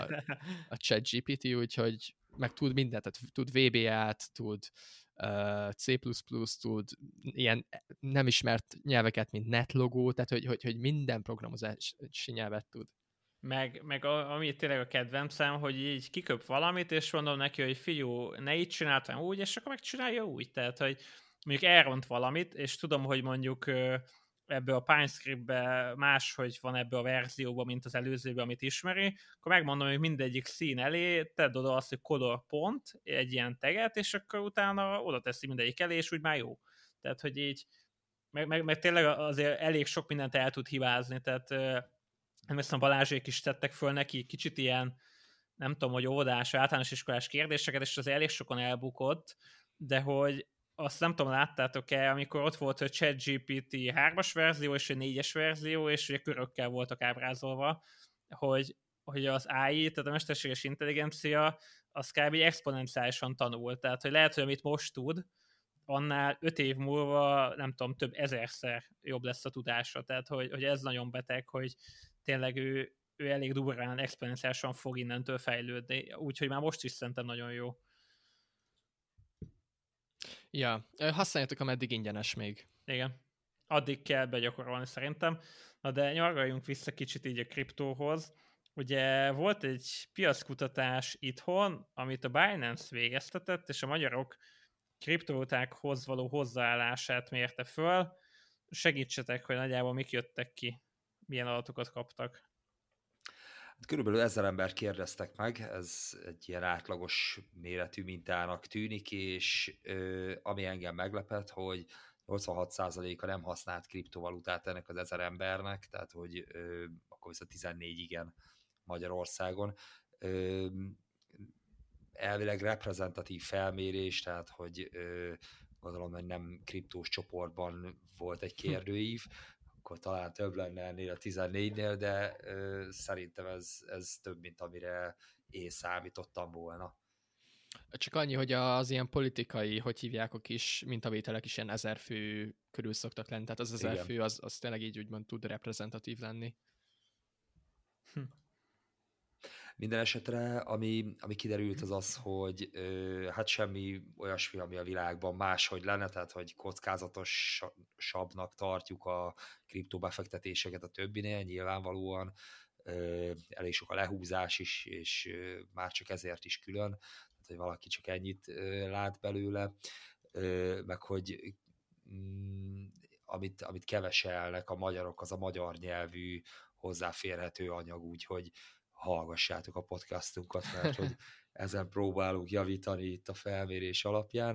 a ChatGPT, úgyhogy meg tud mindent, tehát tud VBA-t, tud C++, tud ilyen nem ismert nyelveket, mint netlogó, tehát hogy minden programozási nyelvet tud. Meg ami tényleg a kedvencem, hogy így kiköp valamit, és mondom neki, hogy figyú, ne így csináltam úgy, és akkor megcsinálja úgy. Tehát, hogy mondjuk elront valamit, és tudom, hogy mondjuk ebből a PineScript-be máshogy van ebből a verzióban, mint az előzőben, amit ismeri, akkor megmondom, hogy mindegyik szín elé tedd oda azt, hogy color pont, egy ilyen teget, és akkor utána oda teszi mindegyik elé, és úgy már jó. Tehát, hogy így, meg tényleg azért elég sok mindent el tud hibázni, tehát emlékszem, Balázsék is tettek föl neki kicsit ilyen, nem tudom, hogy óvodás, általános iskolás kérdéseket, és az elég sokan elbukott, de hogy azt nem tudom, láttátok-e, amikor ott volt a ChatGPT 3-as verzió és a 4-es verzió, és ugye körökkel voltak ábrázolva, hogy az AI, tehát a mesterséges intelligencia, az kb. Exponenciálisan tanul. Tehát, hogy lehet, hogy amit most tud, annál 5 év múlva, nem tudom, több ezerszer jobb lesz a tudása. Tehát, hogy ez nagyon beteg, hogy tényleg ő elég durrán, exponenciálisan fog innentől fejlődni. Úgyhogy már most is szerintem nagyon jó. Ja, használjátok, ameddig ingyenes még. Igen. Addig kell begyakorolni szerintem. Na de nyargaljunk vissza kicsit így a kriptóhoz. Ugye volt egy piackutatás itthon, amit a Binance végeztetett, és a magyarok kriptovalutákhoz való hozzáállását mérte föl. Segítsetek, hogy nagyjából mik jöttek ki, milyen adatokat kaptak. Körülbelül 1000 ember kérdeztek meg, ez egy ilyen átlagos méretű mintának tűnik, és ami engem meglepett, hogy 86%-a nem használt kriptovalutát ennek az 1000 embernek, tehát hogy akkor viszont 14 igen Magyarországon. Elvileg reprezentatív felmérés, tehát hogy gondolom, hogy nem kriptós csoportban volt egy kérdőív, akkor talán több lenne ennél a 14-nél, de szerintem ez több, mint amire én számítottam volna. Csak annyi, hogy az ilyen politikai, hogy hívják a kis mintavételek is ilyen 1000 fő körül szoktak lenni, tehát az 1000 fő az tényleg így úgymond tud reprezentatív lenni. Minden esetre, ami kiderült az az, hogy hát semmi olyasmi, ami a világban máshogy lenne, tehát hogy kockázatosabbnak tartjuk a kriptóbefektetéseket a többinél, nyilvánvalóan elég sok a lehúzás is, és már csak ezért is külön, tehát hogy valaki csak ennyit lát belőle, meg hogy amit keveselnek a magyarok, az a magyar nyelvű hozzáférhető anyag, úgyhogy hallgassátok a podcastunkat, mert hogy ezen próbálunk javítani itt a felmérés alapján.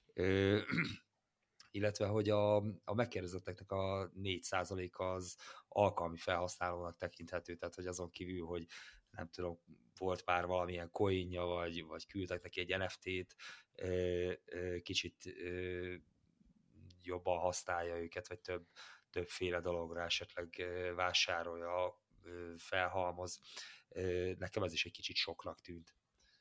Illetve, hogy a megkérdezetteknek a 4%-a az alkalmi felhasználónak tekinthető, tehát hogy azon kívül, hogy nem tudom, volt már valamilyen coinja, vagy küldtek neki egy NFT-t, kicsit jobban használja őket, vagy többféle dologra esetleg vásárolja, felhalmoz. Nekem ez is egy kicsit soknak tűnt.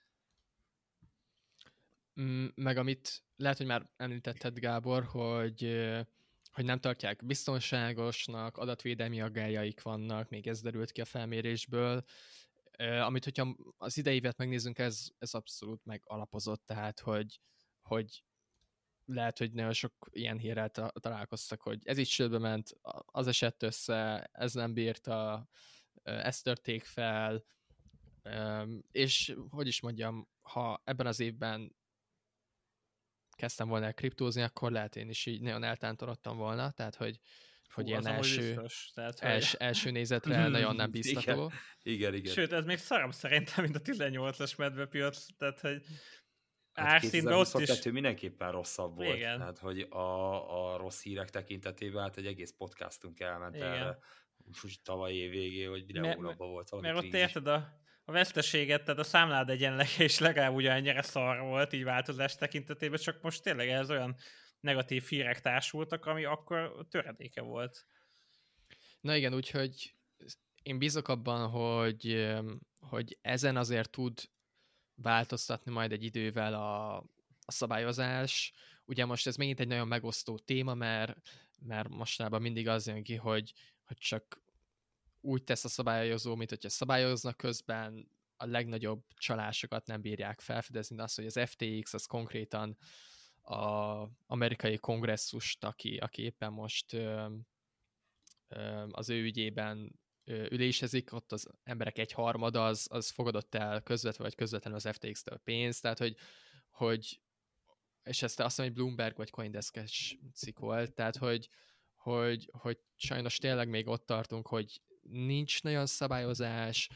Meg amit lehet, hogy már említetted, Gábor, hogy nem tartják biztonságosnak, adatvédelmi aggájaik vannak, még ez derült ki a felmérésből, amit, hogyha az idejévet megnézzünk, ez abszolút megalapozott, tehát, hogy lehet, hogy nagyon sok ilyen hírrel találkoztak, hogy ez is csődbe ment, az esett össze, ez nem bírta, ezt törték fel, és hogy is mondjam, ha ebben az évben kezdtem volna el kriptózni, akkor lehet én is így nagyon eltántorodtam volna, tehát hogy ilyen első nézetre nagyon nem biztató. Igen. Sőt, ez még szarabb szerintem, mint a 18-as medvepiac, tehát hogy árszínben ott is... mindenképpen rosszabb volt, igen. tehát hogy a rossz hírek tekintetében hát egy egész podcastunk elment erre, most tavaly év végén, hogy minden hónapban volt valami mert krízis. Mert ott érted a veszteséget, tehát a számlád egyenlege is legalább ugyanennyire szar volt így változás tekintetében, csak most tényleg ez olyan negatív hírek társultak, ami akkor töredéke volt. Na igen, úgyhogy én bízok abban, hogy ezen azért tud változtatni majd egy idővel a szabályozás. Ugye most ez megint egy nagyon megosztó téma, mert mostanában mindig az jön ki, hogy csak úgy tesz a szabályozó, mint hogyha szabályoznak közben, a legnagyobb csalásokat nem bírják felfedezni, de az, hogy az FTX az konkrétan az amerikai kongresszust, aki éppen most az ő ügyében ülésezik, ott az emberek 1/3 az fogadott el közvetve vagy közvetlenül az FTX-től pénzt, tehát hogy és ezt azt hiszem, hogy Bloomberg vagy CoinDesk-es cikk volt, tehát hogy sajnos tényleg még ott tartunk, hogy nincs nagyon szabályozás,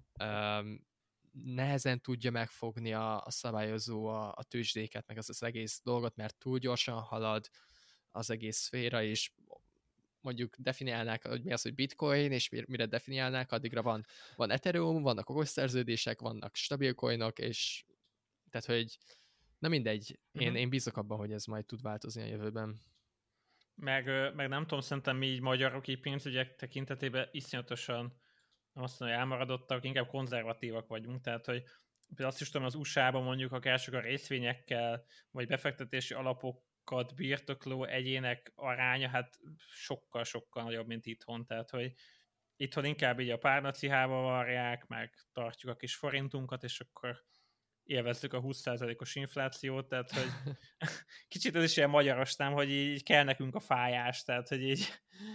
nehezen tudja megfogni a szabályozó a tőzsdéket, meg az egész dolgot, mert túl gyorsan halad az egész szféra, és mondjuk definiálnák, hogy mi az, hogy bitcoin, és mire definiálnák, addigra van Ethereum, vannak okosszerződések, vannak stabil coinok, és tehát, hogy na mindegy, én bízok abban, hogy ez majd tud változni a jövőben. Meg nem tudom, szerintem mi így magyarok így pénzügyek tekintetében iszonyatosan, nem azt mondom, hogy elmaradottak, inkább konzervatívak vagyunk, tehát, hogy például azt is tudom, az USA-ban mondjuk akár csak a részvényekkel, vagy befektetési alapokat birtokló egyének aránya, hát sokkal-sokkal nagyobb, mint itthon, tehát, hogy itthon inkább így a párnacihába varják, meg tartjuk a kis forintunkat, és akkor élvezzük a 20%-os inflációt, tehát hogy kicsit ez is ilyen magyarostám, hogy így kell nekünk a fájás, tehát hogy így...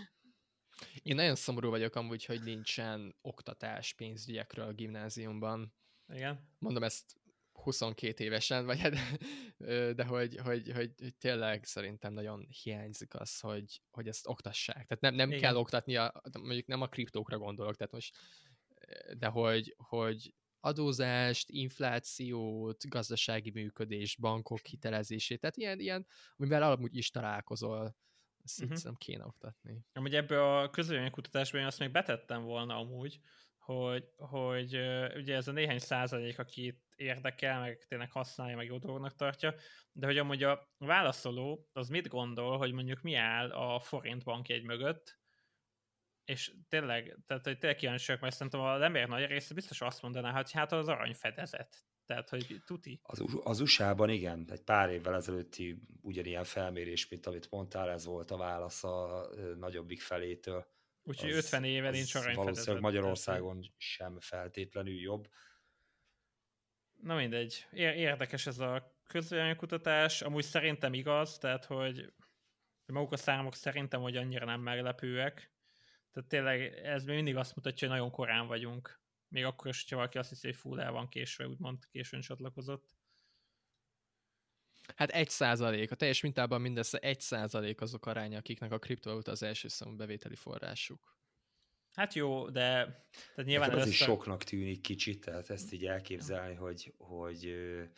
Én nagyon szomorú vagyok amúgy, hogy nincsen oktatás pénzügyekről a gimnáziumban. Igen. Mondom ezt 22 évesen, vagy de hogy tényleg szerintem nagyon hiányzik az, hogy ezt oktassák. Tehát nem kell oktatnia, mondjuk nem a kriptókra gondolok, tehát most, de hogy adózást, inflációt, gazdasági működést, bankok hitelezését, tehát ilyen amivel amúgy is találkozol, ezt így nem kéne oktatni. Amúgy ebből a közvéleménykutatásban én azt még betettem volna amúgy, hogy ugye ez a néhány százalék, aki érdekel, meg tényleg használja, meg jó dolognak tartja, de hogy amúgy a válaszoló az mit gondol, hogy mondjuk mi áll a forint bankjegy mögött, és tényleg, tehát hogy tényleg kíváncsiak, mert szerintem az emberek nagy része biztos azt mondaná, hogy hát az aranyfedezet. Tehát, hogy tuti. Az USA-ban igen, egy pár évvel ezelőtti ugyanilyen felmérés, mint amit mondtál, ez volt a válasz a nagyobbik felétől. Úgyhogy 50 éve nincs aranyfedezet. Valószínűleg Magyarországon sem feltétlenül jobb. Na mindegy. Érdekes ez a közvéleménykutatás. Amúgy szerintem igaz, tehát, hogy maguk a számok szerintem, hogy annyira nem meglepőek. Tehát tényleg ez még mindig azt mutatja, hogy nagyon korán vagyunk. Még akkor is, hogyha valaki azt hiszi, hogy full el van késve, úgymond későn csatlakozott. Hát 1%, a teljes mintában mindössze 1% azok aránya, akiknek a kriptovaluta az első számú bevételi forrásuk. Hát jó, de tehát nyilván ez is soknak tűnik kicsit, tehát ezt így elképzelni, hogy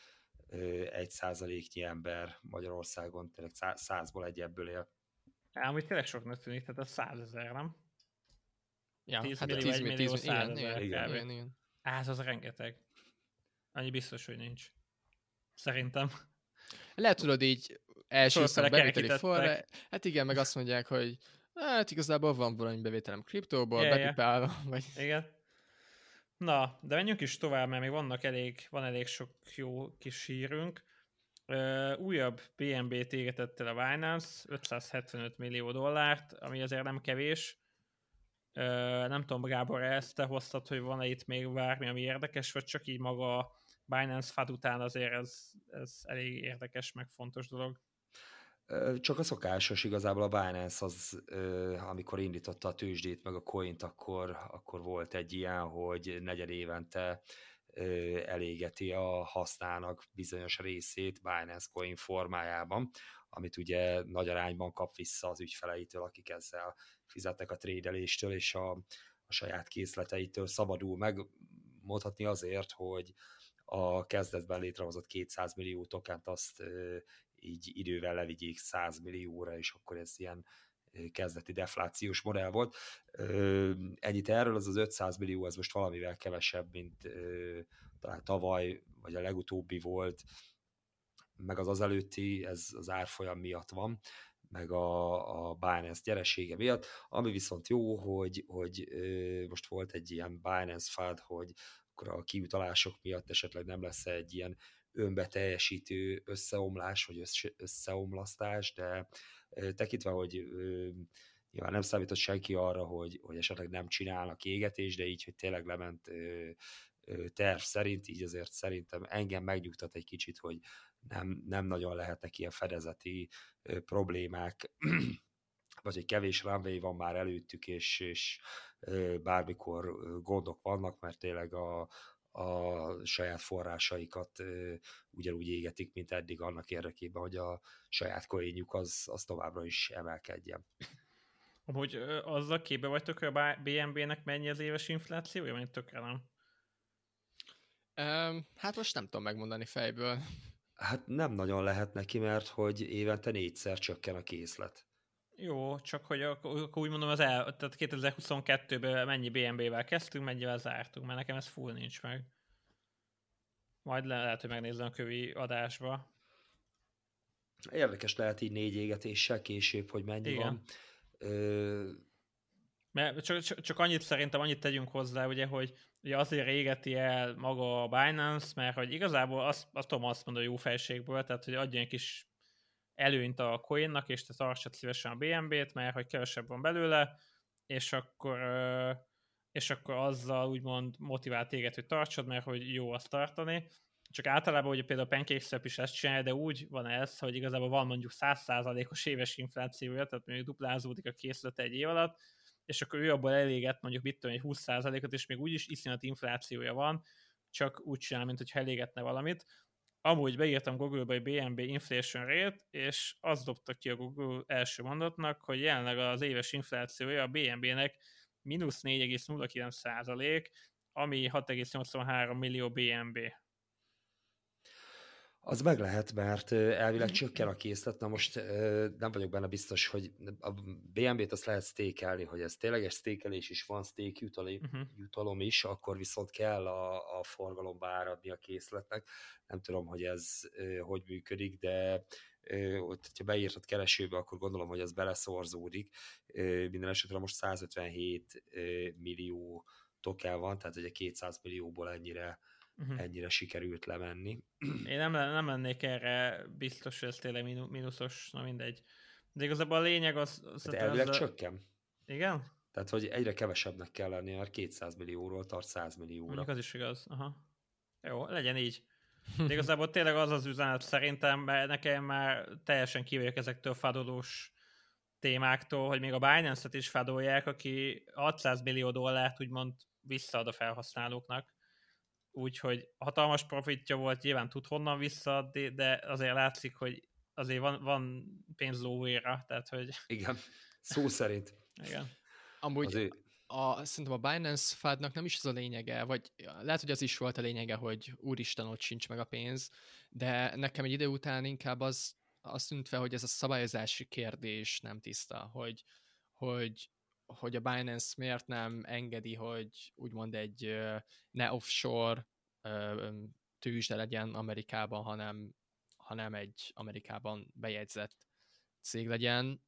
1%-nyi ember Magyarországon tényleg 100-ból egy ebből él. Amúgy tényleg soknak tűnik, tehát az 100 000, nem? Ja, 10 hát millió, 10 millió, 100 000 igen. Ez az rengeteg. Annyi biztos, hogy nincs. Szerintem. Lehet tudod így első számú bevételi forrás. Hát igen, meg azt mondják, hogy hát igazából van valami bevételem kriptóból, bepipálom. Vagy... Igen. Na, de menjünk is tovább, mert még van elég sok jó kis hírünk. Újabb BNB-t égetett el a Binance, $575 millió, ami azért nem kevés. Nem tudom, Gábor, ezt te hoztad, hogy van-e itt még bármi, ami érdekes, vagy csak így maga a Binance FAD után azért ez elég érdekes, meg fontos dolog? Csak a szokásos, igazából a Binance az, amikor indította a tőzsdét, meg a coint, akkor volt egy ilyen, hogy negyed évente elégeti a hasznának bizonyos részét Binance Coin formájában, amit ugye nagy arányban kap vissza az ügyfeleitől, akik ezzel fizetnek a trédeléstől, és a saját készleteitől szabadul meg. Mondhatni azért, hogy a kezdetben létrehozott 200 millió tokent azt így idővel levigyék 100 millióra, és akkor ez ilyen kezdeti deflációs modell volt. Ennyit erről, az 500 millió, ez most valamivel kevesebb, mint talán tavaly, vagy a legutóbbi volt, meg az előtti, ez az árfolyam miatt van, meg a Binance gyeresége miatt, ami viszont jó, hogy most volt egy ilyen Binance FUD, hogy akkor a kiutalások miatt esetleg nem lesz egy ilyen önbeteljesítő összeomlás, vagy összeomlasztás, de tekintve, hogy nyilván nem számított senki arra, hogy esetleg nem csinálnak égetést, de így, hogy tényleg lement terv szerint, így azért szerintem engem megnyugtat egy kicsit, hogy nem nagyon lehetnek ilyen fedezeti problémák, vagy egy kevés runway van már előttük, és bármikor gondok vannak, mert tényleg a saját forrásaikat ugyanúgy égetik, mint eddig annak érdekében, hogy a saját coinjuk az továbbra is emelkedjen. Amúgy azzal képbe vagytok, hogy a BNB-nek mennyi az éves inflációja, vagy tökre nem? Hát most nem tudom megmondani fejből. Hát nem nagyon lehet neki, mert hogy évente 4-szer csökken a készlet. Jó, csak hogy akkor úgy mondom, tehát 2022-ben mennyi BNB-vel kezdtünk, mennyivel zártunk, mert nekem ez full nincs meg. Majd lehet, hogy megnézem a kövi adásba. Érdekes lehet így 4 égetéssel később, hogy mennyi igen. van. Mert csak annyit tegyünk hozzá, ugye, hogy ugye azért égeti el maga a Binance, mert hogy igazából azt tudom azt mondani a jó fejségből, tehát hogy adjon egy kis előnyt a coinnak, és te tartsad szívesen a BNB-t, mert hogy kevesebb van belőle, és akkor azzal úgymond motivál téged, hogy tartsad, mert hogy jó azt tartani. Csak általában ugye például a PancakeSwap is ezt csinálja, de úgy van ez, hogy igazából van mondjuk 100%-os éves inflációja, tehát mondjuk duplázódik a készlete egy év alatt, és akkor ő abból eléget mondjuk mit tudom, egy 20%-ot, és még úgyis iszonyat inflációja van, csak úgy csinál, mint hogy elégetne valamit. Amúgy beírtam Google-ba egy BNB inflation rate, és azt dobta ki a Google első mondatnak, hogy jelenleg az éves inflációja a BNB-nek mínusz 4,09%, ami 6,83 millió BNB. Az meg lehet, mert elvileg csökken a készlet. Na most nem vagyok benne biztos, hogy a BNB-t azt lehet stékelni, hogy ez tényleges stékelés is van, stake jutalom is, akkor viszont kell a forgalomba áradni a készletnek. Nem tudom, hogy ez hogy működik, de ha beírtad keresőbe, akkor gondolom, hogy ez beleszorzódik. Minden esetre most 157 millió token van, tehát ugye 200 millióból ennyire sikerült lemenni. Én nem lennék erre biztos, hogy ez tényleg mínuszos, na mindegy. De igazából a lényeg az... Hát elvileg csökken. Igen? Tehát, hogy egyre kevesebbnek kell lenni, mert 200 millióról tart 100 millióra. Mondjuk az is igaz. Aha. Jó, legyen így. De igazából tényleg az üzenet szerintem, mert nekem már teljesen kivegyek ezektől fadolós témáktól, hogy még a Binance-et is fadolják, aki 600 millió dollárt úgymond visszaad a felhasználóknak. Úgyhogy hatalmas profitja volt, nyilván tud honnan visszaadni, de azért látszik, hogy azért van pénz lóvéra, tehát hogy... Igen, szó szerint. Igen. Amúgy szerintem a Binance FUD-nak nem is az a lényege, vagy lehet, hogy az is volt a lényege, hogy úristen, ott sincs meg a pénz, de nekem egy idő után inkább az tűnt fel, hogy ez a szabályozási kérdés nem tiszta, hogy a Binance miért nem engedi, hogy úgymond egy ne offshore tőzsde legyen Amerikában, hanem egy Amerikában bejegyzett cég legyen.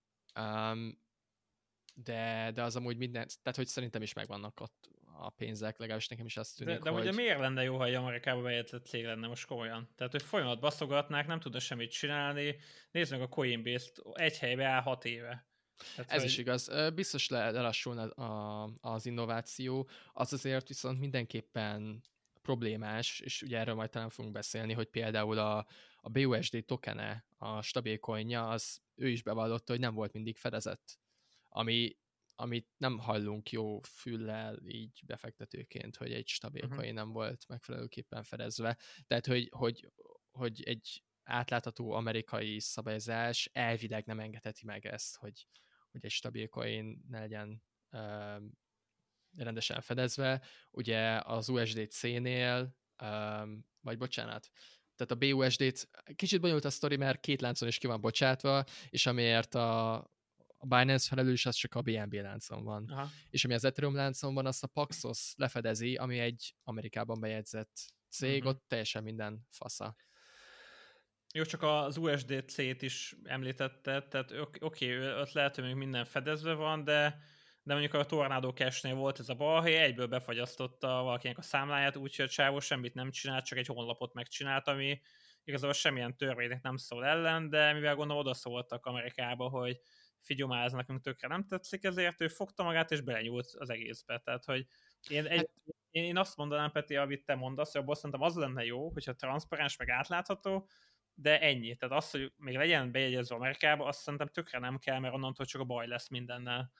De az amúgy minden, tehát hogy szerintem is megvannak ott a pénzek, legalábbis nekem is azt tűnik, de hogy... ugye miért lenne jó, ha egy Amerikában bejegyzett cég lenne most komolyan? Tehát, hogy folyamat baszogatnák, nem tudna semmit csinálni. Nézd meg a Coinbase-t, egy helybe áll 6 éve. Tehát, ez is igaz. Biztos lelassulna az innováció, az azért viszont mindenképpen problémás, és ugye erről majd talán fogunk beszélni, hogy például a BUSD tokene, a stabil coinja, az ő is bevallotta, hogy nem volt mindig fedezett. Ami amit nem hallunk jó füllel így befektetőként, hogy egy stabil coin nem volt megfelelőképpen fedezve. Tehát, hogy egy átlátható amerikai szabályozás elvileg nem engedheti meg ezt, hogy egy stabil coin ne legyen rendesen fedezve. Ugye az USDC-nél, vagy bocsánat, tehát a BUSD-t kicsit bonyolult a sztori, mert két láncon is ki van bocsátva, és amiért a Binance felelős, az csak a BNB láncon van. Aha. És ami az Ethereum láncon van, azt a Paxos lefedezi, ami egy Amerikában bejegyzett cég, ott teljesen minden fasza. Jó, csak az USDC-t is említetted, tehát oké, ott lehet, hogy még minden fedezve van, de mondjuk a Tornado Cash-nél volt ez a balhely, egyből befagyasztotta valakinek a számláját, úgyhogy a csávó semmit nem csinált, csak egy honlapot megcsinált, ami igazából semmilyen törvénynek nem szól ellen, de mivel gondolom odaszóltak Amerikába, hogy figyelj már, ez nekünk tökre nem tetszik, ezért ő fogta magát és belenyúlt az egészbe. Tehát, hogy én azt mondanám, Peti, amit te mondasz, hogy abból szerintem az lenne jó, hogyha transzparens meg átlátható, de ennyi. Tehát az, hogy még legyen bejegyezve Amerikába, azt szerintem tökre nem kell, mert onnantól csak a baj lesz mindennel.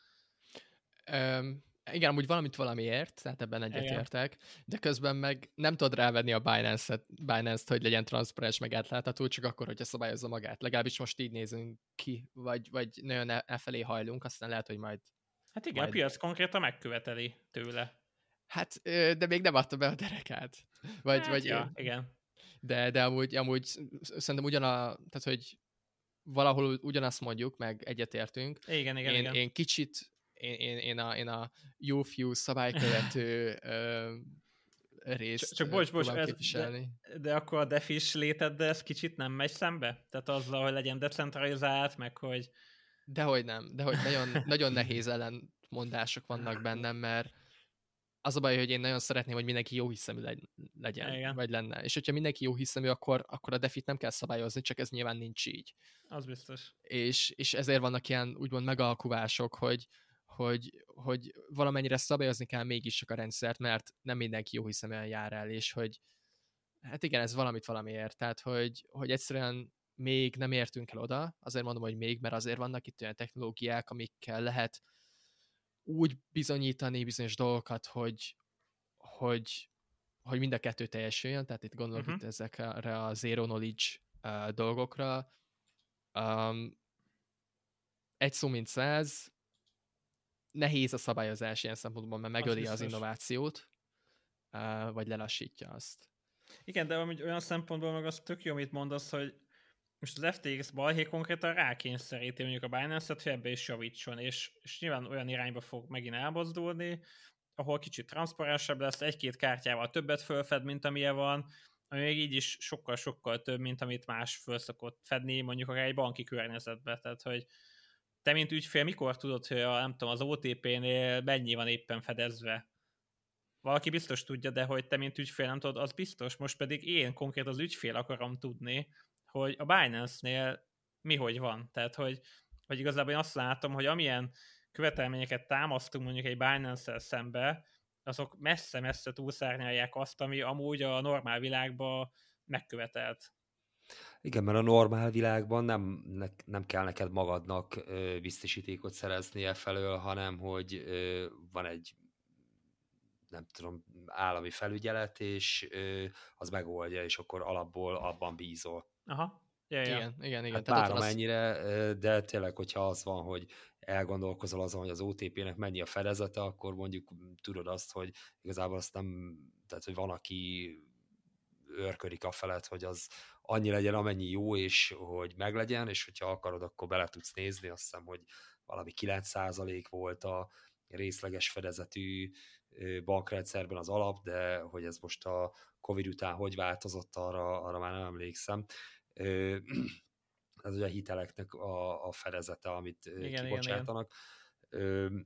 Igen, amúgy valamit valamiért, tehát ebben egyetértek, de közben meg nem tudod rávenni a Binance-t, hogy legyen transzparens meg átlátható, csak akkor, hogyha szabályozza magát. Legalábbis most így nézünk ki, vagy nagyon elfelé hajlunk, aztán lehet, hogy majd... Hát igen, a piac konkrétan megköveteli tőle. Hát, de még nem adta be a derekát. Igen. De amúgy szerintem tehát, hogy valahol ugyanazt mondjuk, meg egyetértünk. Igen. Én kicsit én a jó fiú szabálykövető részt csak bocs, képviselni. De akkor a DeFi-s léteddel ez kicsit nem megy szembe? Tehát azzal, hogy legyen decentralizált, meg hogy... Dehogy nagyon, nagyon nehéz ellentmondások vannak bennem, mert az a baj, hogy én nagyon szeretném, hogy mindenki jó hiszemű legyen, igen. vagy lenne. És hogyha mindenki jó hiszemű, akkor a DeFi-t nem kell szabályozni, csak ez nyilván nincs így. Az biztos. És ezért vannak ilyen úgymond megalkuvások, hogy valamennyire szabályozni kell mégis csak a rendszert, mert nem mindenki jó hiszeműen jár el, és hogy hát igen, ez valamiért, tehát hogy egyszerűen még nem értünk el oda, azért mondom, hogy még, mert azért vannak itt olyan technológiák, amikkel lehet úgy bizonyítani bizonyos dolgokat, hogy mind a kettő teljesüljön, tehát itt gondolok itt ezekre a zero knowledge dolgokra. Egy szó mint 100, nehéz a szabályozás ilyen szempontból, mert megöli az innovációt, vagy lelassítja azt. Igen, de olyan szempontból meg az tök jó, amit mondasz, hogy most az FTX balhé konkrétan rákényszeríti mondjuk a Binance-et, hogy ebbe is javítson, és nyilván olyan irányba fog megint elmozdulni, ahol kicsit transzparensebb lesz, egy-két kártyával többet fölfed, mint amilyen van, ami még így is sokkal-sokkal több, mint amit más föl szokott fedni, mondjuk akár egy banki környezetbe. Tehát, hogy te, mint ügyfél, mikor tudod, hogy nem tudom, az OTP-nél mennyi van éppen fedezve? Valaki biztos tudja, de hogy te, mint ügyfél nem tudod, az biztos. Most pedig én konkrét az ügyfél akarom tudni, hogy a Binance-nél mi hogy van. Tehát, hogy igazából én azt látom, hogy amilyen követelményeket támasztunk mondjuk egy Binance-szel szembe, azok messze-messze túlszárnyalják azt, ami amúgy a normál világban megkövetelt. Igen, mert a normál világban nem kell neked magadnak biztosítékot szerezni felől, hanem hogy van egy nem tudom, állami felügyelet, és az megoldja, és akkor alapból abban bízol. Aha. Igen. Hát báramennyire, de tényleg, hogyha az van, hogy elgondolkozol azon, hogy az OTP-nek mennyi a fedezete, akkor mondjuk tudod azt, hogy igazából azt nem, tehát hogy van, aki őrködik afelett, hogy az annyi legyen, amennyi jó, és hogy meglegyen, és hogyha akarod, akkor bele tudsz nézni, azt hiszem, hogy valami 9% volt a részleges fedezetű bankrendszerben az alap, de hogy ez most a Covid után hogy változott, arra már nem emlékszem. Ez ugye a hiteleknek a fedezete, amit kibocsátanak. Igen.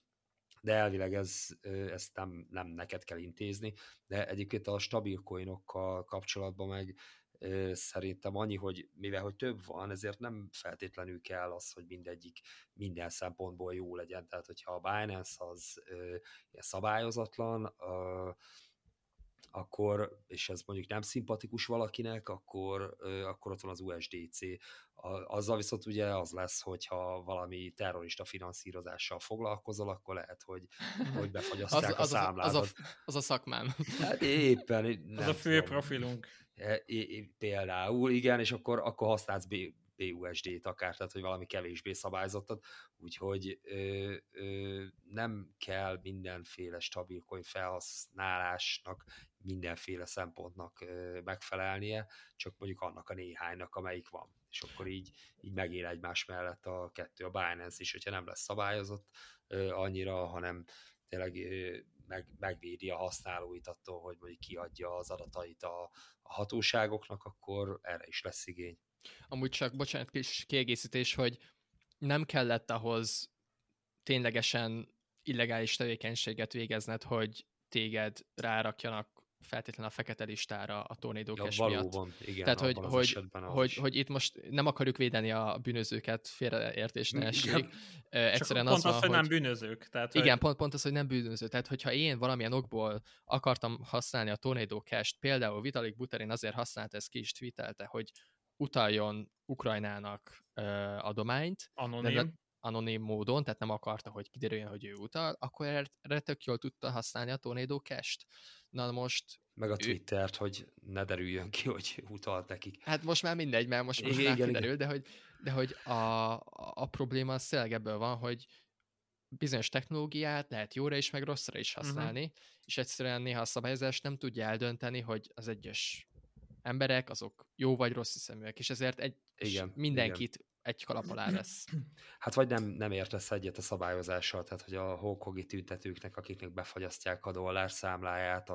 De elvileg ezt nem neked kell intézni, de egyébként a stabil coinokkal kapcsolatban meg szerintem annyi, hogy mivel hogy több van, ezért nem feltétlenül kell az, hogy mindegyik minden szempontból jó legyen. Tehát, hogyha a Binance az ilyen szabályozatlan, akkor, és ez mondjuk nem szimpatikus valakinek, akkor ott van az USDC. Azzal viszont ugye az lesz, hogyha valami terrorista finanszírozással foglalkozol, akkor lehet, hogy befagyasztják a számládat. Az a szakmám. Hát éppen. Az a fő profilunk. Például, igen, és akkor használsz BUSD-t akár, tehát hogy valami kevésbé szabályzottat, úgyhogy nem kell mindenféle stabil coin felhasználásnak, mindenféle szempontnak megfelelnie, csak mondjuk annak a néhánynak, amelyik van. És akkor így megél egymás mellett a kettő, a Binance is, hogyha nem lesz szabályozott annyira, hanem tényleg megvédi a használóit attól, hogy mondjuk kiadja az adatait a hatóságoknak, akkor erre is lesz igény. Amúgy csak, bocsánat, kis kiegészítés, hogy nem kellett ahhoz ténylegesen illegális tevékenységet végezned, hogy téged rárakjanak feltétlenül a fekete listára a Tornado Cash valóban, miatt. Igen, tehát, hogy itt most nem akarjuk védeni a bűnözőket, félreértés ne essék. Egyszerűen pont az, hogy nem bűnözők. Tehát, igen, pont az, hogy nem bűnöző. Tehát, hogyha én valamilyen okból akartam használni a Tornado Cash-t, például Vitalik Buterin azért használt, ezt ki is tweetelte, hogy utaljon Ukrajnának adományt, anonim módon, tehát nem akarta, hogy kiderüljön, hogy ő utal, akkor erre tök jól tudta használni a Tornado Cash-t. Na most... Meg a Twittert, hogy ne derüljön ki, hogy utalt nekik. Hát most már mindegy, mert most már kiderül, de hogy a probléma az tényleg ebből van, hogy bizonyos technológiát lehet jóra is, meg rosszra is használni, és egyszerűen néha a szabályozás nem tudja eldönteni, hogy az egyes emberek azok jó vagy rossz hiszeműek, és ezért mindenkit egy kalap alá vesz. Hát vagy nem értesz egyet a szabályozással, tehát hogy a hongkongi tüntetőknek, akiknek befagyasztják a dollárszámláját,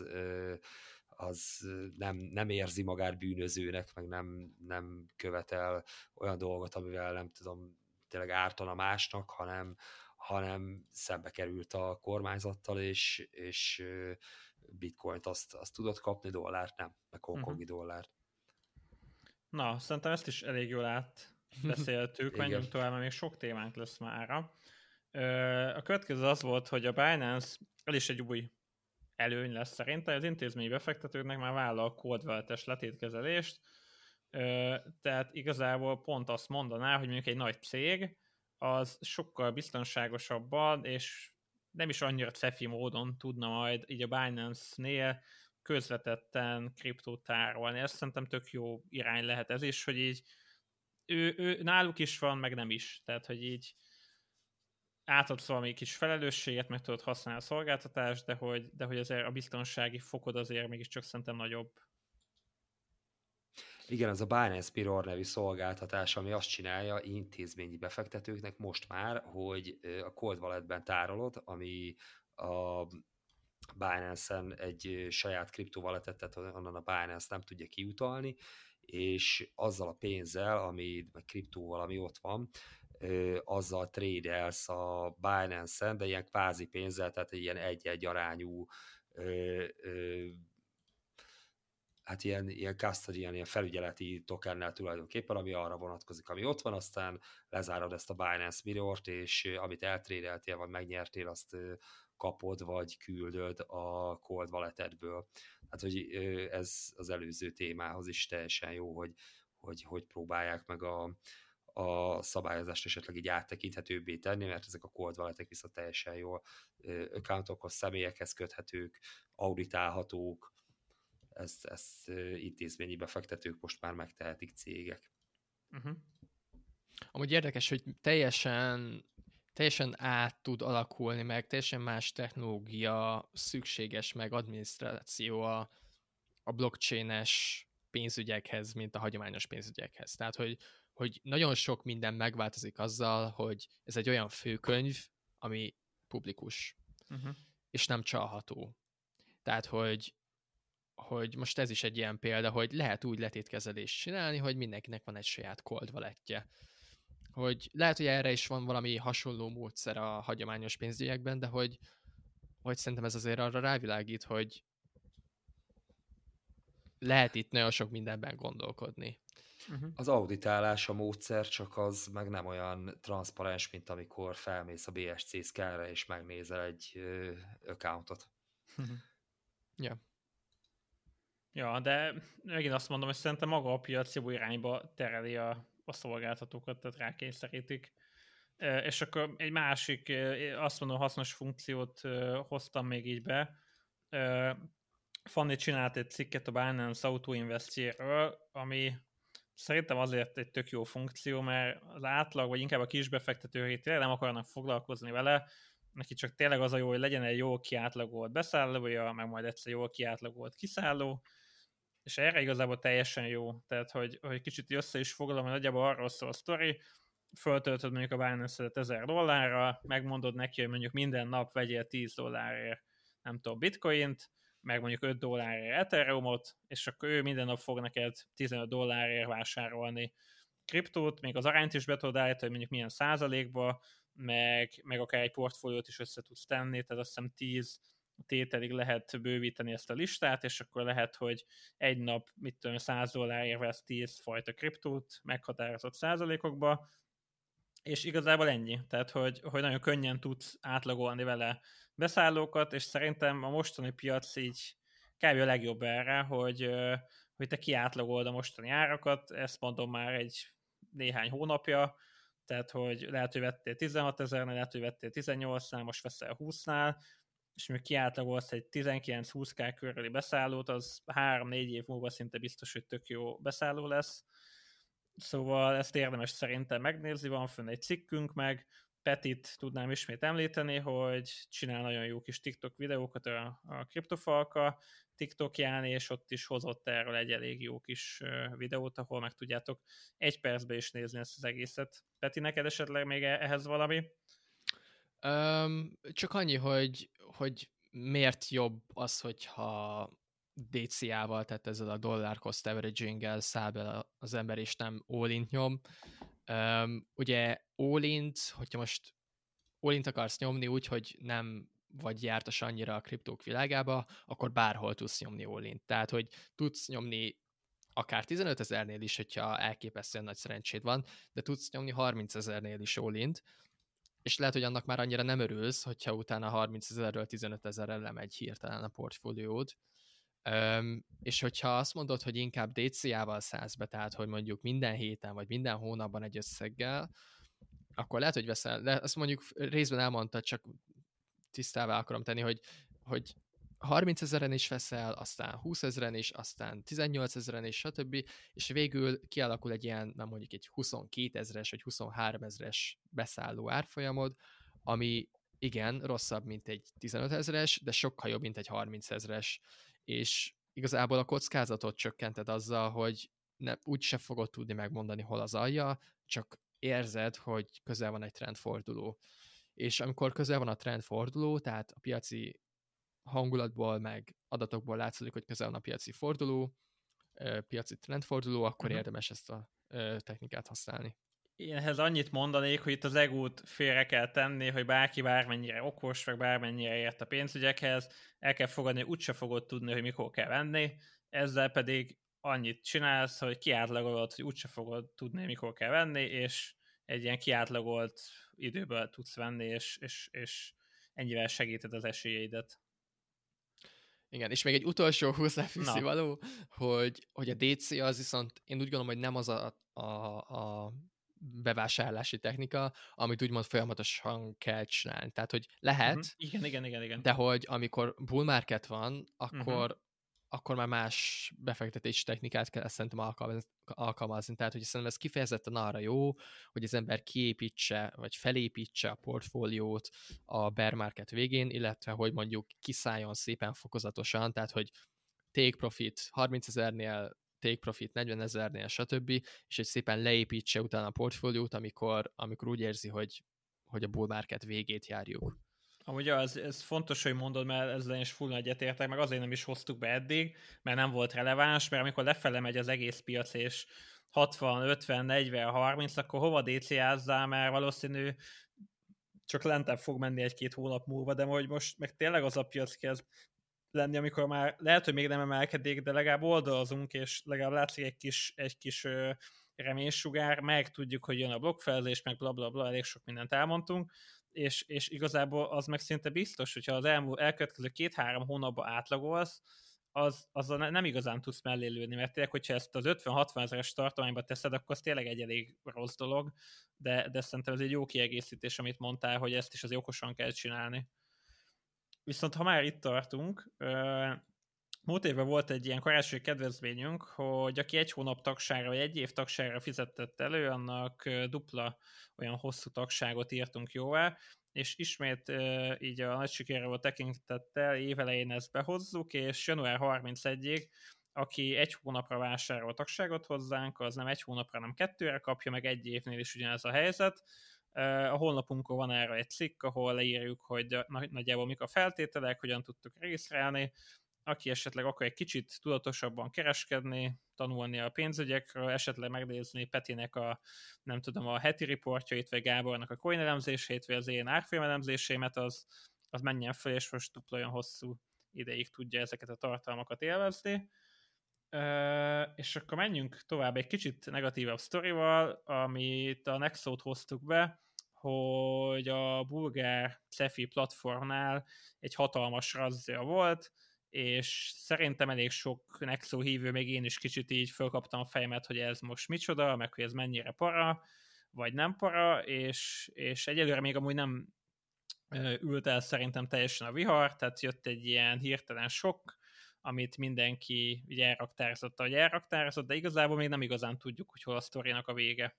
az nem érzi magát bűnözőnek, meg nem követel olyan dolgot, amivel nem tudom, tényleg ártana másnak, hanem szembe került a kormányzattal, és bitcoint azt tudott kapni, dollárt nem, meg hongkongi dollárt. Na, szerintem ezt is elég jól átbeszéltük, menjünk tovább, mert még sok témánk lesz mára. A következő az volt, hogy a Binance el is egy új előny lesz szerintem, az intézményi befektetőknek már vállal cold-wallet-es letétkezelést, tehát igazából pont azt mondaná, hogy mondjuk egy nagy cég az sokkal biztonságosabban, és nem is annyira cefi módon tudna majd így a Binance-nél közvetetten kriptót tárolni. Ezt szerintem tök jó irány lehet ez is, hogy így ő náluk is van, meg nem is. Tehát, hogy így átadsz valami kis felelősséget, meg tudod használni a szolgáltatást, de hogy azért a biztonsági fokod azért mégiscsak szerintem nagyobb. Igen, az a Binance Mirror nevű szolgáltatás, ami azt csinálja intézményi befektetőknek most már, hogy a cold walletben tárolod, ami a Binance-en egy saját kriptovalletet, tehát onnan a Binance nem tudja kiutalni, és azzal a pénzzel, meg kriptóval, ami ott van, azzal trade-elsz a Binance-en, de ilyen kvázi pénzzel, tehát ilyen egy-egy arányú hát ilyen custodian, ilyen felügyeleti tokennel tulajdonképpen, ami arra vonatkozik, ami ott van, aztán lezárod ezt a Binance Mirror-t, és amit eltrédeltél, vagy megnyertél, azt kapod, vagy küldöd a cold walletedből. Hát, hogy ez az előző témához is teljesen jó, hogy próbálják meg a szabályozást esetleg így áttekinthetőbbé tenni, mert ezek a cold walletek viszont teljesen jól accountokhoz, személyekhez köthetők, auditálhatók, ezt intézményi befektetők most már megtehetik, cégek. Amúgy érdekes, hogy teljesen át tud alakulni, meg teljesen más technológia szükséges, meg adminisztráció a blockchain-es pénzügyekhez, mint a hagyományos pénzügyekhez. Tehát, hogy nagyon sok minden megváltozik azzal, hogy ez egy olyan főkönyv, ami publikus, és nem csalható. Tehát, hogy most ez is egy ilyen példa, hogy lehet úgy letétkezelést csinálni, hogy mindenkinek van egy saját cold wallet-je. Hogy lehet, hogy erre is van valami hasonló módszer a hagyományos pénzügyekben, de hogy szerintem ez azért arra rávilágít, hogy lehet itt nagyon sok mindenben gondolkodni. Az auditálás a módszer, csak az meg nem olyan transzparens, mint amikor felmész a BSC Scan-re és megnézel egy accountot. Ja. Ja, de megint azt mondom, hogy szerintem maga a piac jó irányba tereli a szolgáltatókat, tehát rákényszerítik. És akkor egy másik, azt mondom, hasznos funkciót hoztam még így be. Fanni csinált egy cikket a Binance Auto Investjéről, ami szerintem azért egy tök jó funkció, mert az átlag, vagy inkább a kisbefektetők tényleg nem akarnak foglalkozni vele, neki csak tényleg az a jó, hogy legyen egy jól kiátlagolt beszállója, meg majd egyszer jól kiátlagolt kiszálló, és erre igazából teljesen jó. Tehát, hogy kicsit össze is foglalom, hogy nagyjából arról szól a sztori, föltöltöd mondjuk a Binance-et $1000, megmondod neki, hogy mondjuk minden nap vegyél $10 nem tudom, bitcoint, meg mondjuk $5 Ethereumot, és akkor ő minden nap fog neked $15 vásárolni kriptót, még az arányt is be tudod állítani, hogy mondjuk milyen százalékba, meg akár egy portfóliót is össze tudsz tenni, tehát azt hiszem 10 tételig lehet bővíteni ezt a listát, és akkor lehet, hogy egy nap, mit tudom, $100 vesz 10 fajta kriptót meghatározott százalékokba, és igazából ennyi. Tehát, hogy nagyon könnyen tudsz átlagolni vele beszállókat, és szerintem a mostani piac így kb. A legjobb erre, hogy te kiátlagolod a mostani árakat, ezt mondom már egy néhány hónapja, tehát, hogy lehet, hogy vettél 16 000-nél, lehet, hogy vettél 18-nál, most veszel 20-nál, és még kiátlagolsz egy 19-20k körüli beszállót, az 3-4 év múlva szinte biztos, hogy tök jó beszálló lesz. Szóval ezt érdemes szerintem megnézni, van fönn egy cikkünk meg, Petit tudnám ismét említeni, hogy csinál nagyon jó kis TikTok videókat a kriptofalka TikTokján, és ott is hozott erről egy elég jó kis videót, ahol meg tudjátok 1 percbe is nézni ezt az egészet. Peti, neked esetleg még ehhez valami? Csak annyi, hogy miért jobb az, hogyha DCA-val, tehát ezzel a dollar cost averaging-el száll be az ember, és nem all-int nyom. Ugye all-int, hogyha most all-int akarsz nyomni úgy, hogy nem vagy jártas annyira a kriptók világába, akkor bárhol tudsz nyomni all-int. Tehát, hogy tudsz nyomni akár 15 000-nél is, hogyha elképesztően nagy szerencséd van, de tudsz nyomni 30 000-nél is all-int, és lehet, hogy annak már annyira nem örülsz, hogyha utána 30 000-ről 15 000-re lemegy hirtelen a portfóliód. És hogyha azt mondod, hogy inkább DCA-val szállsz be, tehát hogy mondjuk minden héten vagy minden hónapban egy összeggel, akkor lehet, hogy veszel, de azt mondjuk részben elmondtad, csak tisztává akarom tenni, hogy 30 000-en is veszel, aztán 20 000-en is, aztán 18 000-en is, stb. És végül kialakul egy ilyen, nem mondjuk egy 22 000-es vagy 23 000-es beszálló árfolyamod, ami igen, rosszabb, mint egy 15 000-es, de sokkal jobb, mint egy 30 000-es. És igazából a kockázatot csökkented azzal, hogy úgyse fogod tudni megmondani, hol az alja, csak érzed, hogy közel van egy trendforduló. És amikor közel van a trendforduló, tehát a piaci hangulatból, meg adatokból látszik, hogy közel van a piaci forduló, piaci trendforduló, akkor érdemes ezt a technikát használni. Én ehhez annyit mondanék, hogy itt az egót félre kell tenni, hogy bárki bármennyire okos, vagy bármennyire ért a pénzügyekhez, el kell fogadni, hogy úgyse fogod tudni, hogy mikor kell venni, ezzel pedig annyit csinálsz, hogy kiátlagolod, hogy úgyse fogod tudni, mikor kell venni, és egy ilyen kiátlagolt időből tudsz venni, és ennyivel segíted az esélyeidet. Igen, és még egy utolsó hozzáfűzni való, hogy a DC az viszont én úgy gondolom, hogy nem az a bevásárlási technika, amit úgymond folyamatosan kell csinálni. Tehát, hogy lehet, igen. de hogy amikor bull market van, akkor már más befektetési technikát kell szerintem alkalmazni. Tehát, hogy szerintem ez kifejezetten arra jó, hogy az ember kiépítse, vagy felépítse a portfóliót a bear market végén, illetve, hogy mondjuk kiszálljon szépen fokozatosan, tehát, hogy take profit 30 000-nél, take profit 40 000-nél, stb., és hogy szépen leépítse utána a portfóliót, amikor úgy érzi, hogy a bull market végét járjuk. Amúgy ez fontos, hogy mondod, mert ezzel is full egyetértek, meg azért nem is hoztuk be eddig, mert nem volt releváns, mert amikor lefele megy az egész piac, és 60, 50, 40, 30, akkor hova DCA-zzál, mert valószínű csak lentebb fog menni 1-2 hónap múlva, de hogy most meg tényleg az a piac kezd lenni, amikor már lehet, hogy még nem emelkedik, de legalább oldalazunk, és legalább látszik egy kis reménysugár, meg tudjuk, hogy jön a blokkfelezés, meg blablabla, elég sok mindent elmondtunk, és igazából az meg szinte biztos, hogyha az elkövetkező 2-3 hónapban átlagolsz, azzal nem igazán tudsz mellé lőni, mert tényleg, hogyha ezt az 50-60 ezeres tartományba teszed, akkor az tényleg egy elég rossz dolog, de szerintem ez egy jó kiegészítés, amit mondtál, hogy ezt is az okosan kell csinálni. Viszont ha már itt tartunk, múlt évben volt egy ilyen karácsonyi kedvezményünk, hogy aki 1 hónap tagságra, vagy 1 év tagságra fizetett elő, annak dupla olyan hosszú tagságot írtunk jóvá, és ismét így a nagy sikerre volt tekintettel évelején ezt behozzuk, és január 31-ig, aki 1 hónapra vásárol tagságot hozzánk, az nem 1 hónapra, hanem 2-re kapja, meg 1 évnél is ugyanez a helyzet. A honlapunkon van erre egy cikk, ahol leírjuk, hogy nagyjából mik a feltételek, hogyan tudtuk regisztrálni. Aki esetleg akar egy kicsit tudatosabban kereskedni, tanulni a pénzügyekről, esetleg megnézni Petinek a heti riportjait, vagy Gábornak a coin elemzését, vagy az én árfolyam elemzéseimet, az menjen fel, és most dupla olyan hosszú ideig tudja ezeket a tartalmakat élvezni. És akkor menjünk tovább egy kicsit negatívabb sztorival, amit a Nexo-t hoztuk be, hogy a bulgár CeFi platformnál egy hatalmas razzia volt, és szerintem elég sok Nexo hívő, még én is kicsit így fölkaptam a fejemet, hogy ez most micsoda, meg hogy ez mennyire para, vagy nem para, és egyelőre még amúgy nem ült el szerintem teljesen a vihar, tehát jött egy ilyen hirtelen sok, amit mindenki ugye elraktározott, de igazából még nem igazán tudjuk, hogy hol a sztorinak a vége.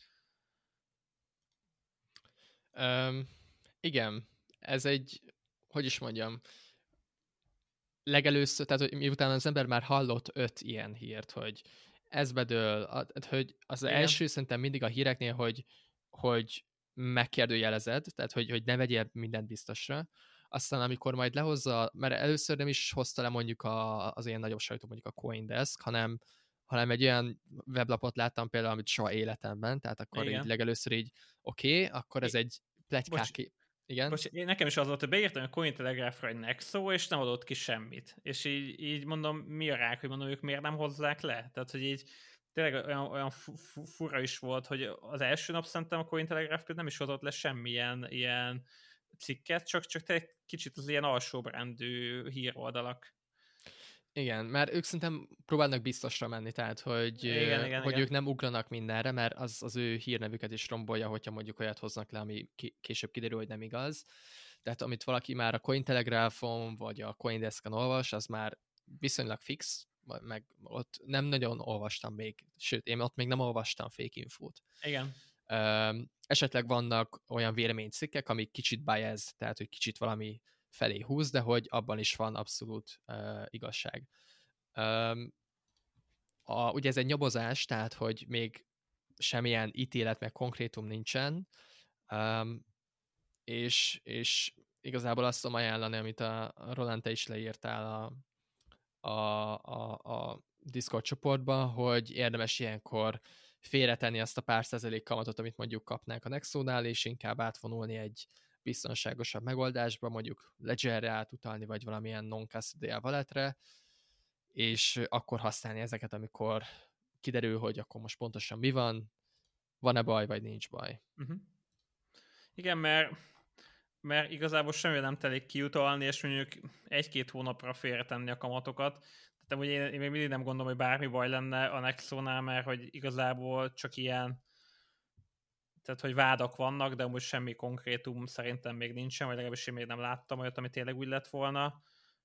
Igen, ez egy, hogy is mondjam, legelőször, tehát hogy miután az ember már hallott 5 ilyen hírt, hogy ez bedől, hogy az igen. első szerintem mindig a híreknél, hogy megkérdőjelezed, tehát hogy ne vegyél mindent biztosra, aztán amikor majd lehozza, mert először nem is hozta le mondjuk az ilyen nagyobb sajtó, mondjuk a CoinDesk, hanem egy olyan weblapot láttam például, amit soha életemben, tehát akkor igen. így legelőször így oké, akkor ez egy pletykák. Igen? Bocs, nekem is az volt, hogy beírtam a Cointelegraph-ra egy Nexo, és nem adott ki semmit. És így mondom, mi a rák, hogy mondom, ők miért nem hozzák le? Tehát, hogy így tényleg olyan fura is volt, hogy az első nap szerintem a Cointelegraph nem is hozott le semmilyen ilyen cikket, csak egy kicsit az ilyen alsóbrendű híroldalak. Igen, mert ők szerintem próbálnak biztosra menni, tehát hogy igen. ők nem ugranak mindenre, mert az ő hírnevüket is rombolja, hogyha mondjuk olyat hoznak le, ami később kiderül, hogy nem igaz. Tehát amit valaki már a Cointelegraphon vagy a CoinDesk-en olvas, az már viszonylag fix, meg ott nem nagyon olvastam még, sőt, én ott még nem olvastam fake infót. Igen. Esetleg vannak olyan véleménycikkek, amik kicsit bias, tehát hogy kicsit valami felé húz, de hogy abban is van abszolút igazság. Ugye ez egy nyomozás, tehát hogy még semmilyen ítélet meg konkrétum nincsen, és igazából azt tudom ajánlani, amit a Roland, te is leírtál a Discord csoportba, hogy érdemes ilyenkor félretenni azt a pár százalék kamatot, amit mondjuk kapnánk a Nexo-nál, és inkább átvonulni egy biztonságosabb megoldásba, mondjuk Ledgerre átutalni, vagy valamilyen non-custodial walletre, és akkor használni ezeket, amikor kiderül, hogy akkor most pontosan mi van-e baj, vagy nincs baj. Uh-huh. Igen, mert igazából semmi nem telik kiutalni, és mondjuk 1-2 hónapra félretenni a kamatokat. Tehát én még mindig nem gondolom, hogy bármi baj lenne a Nexo-nál, mert hogy igazából csak ilyen, tehát hogy vádak vannak, de most semmi konkrétum szerintem még nincsen, vagy legalábbis én még nem láttam olyat, ami tényleg úgy lett volna.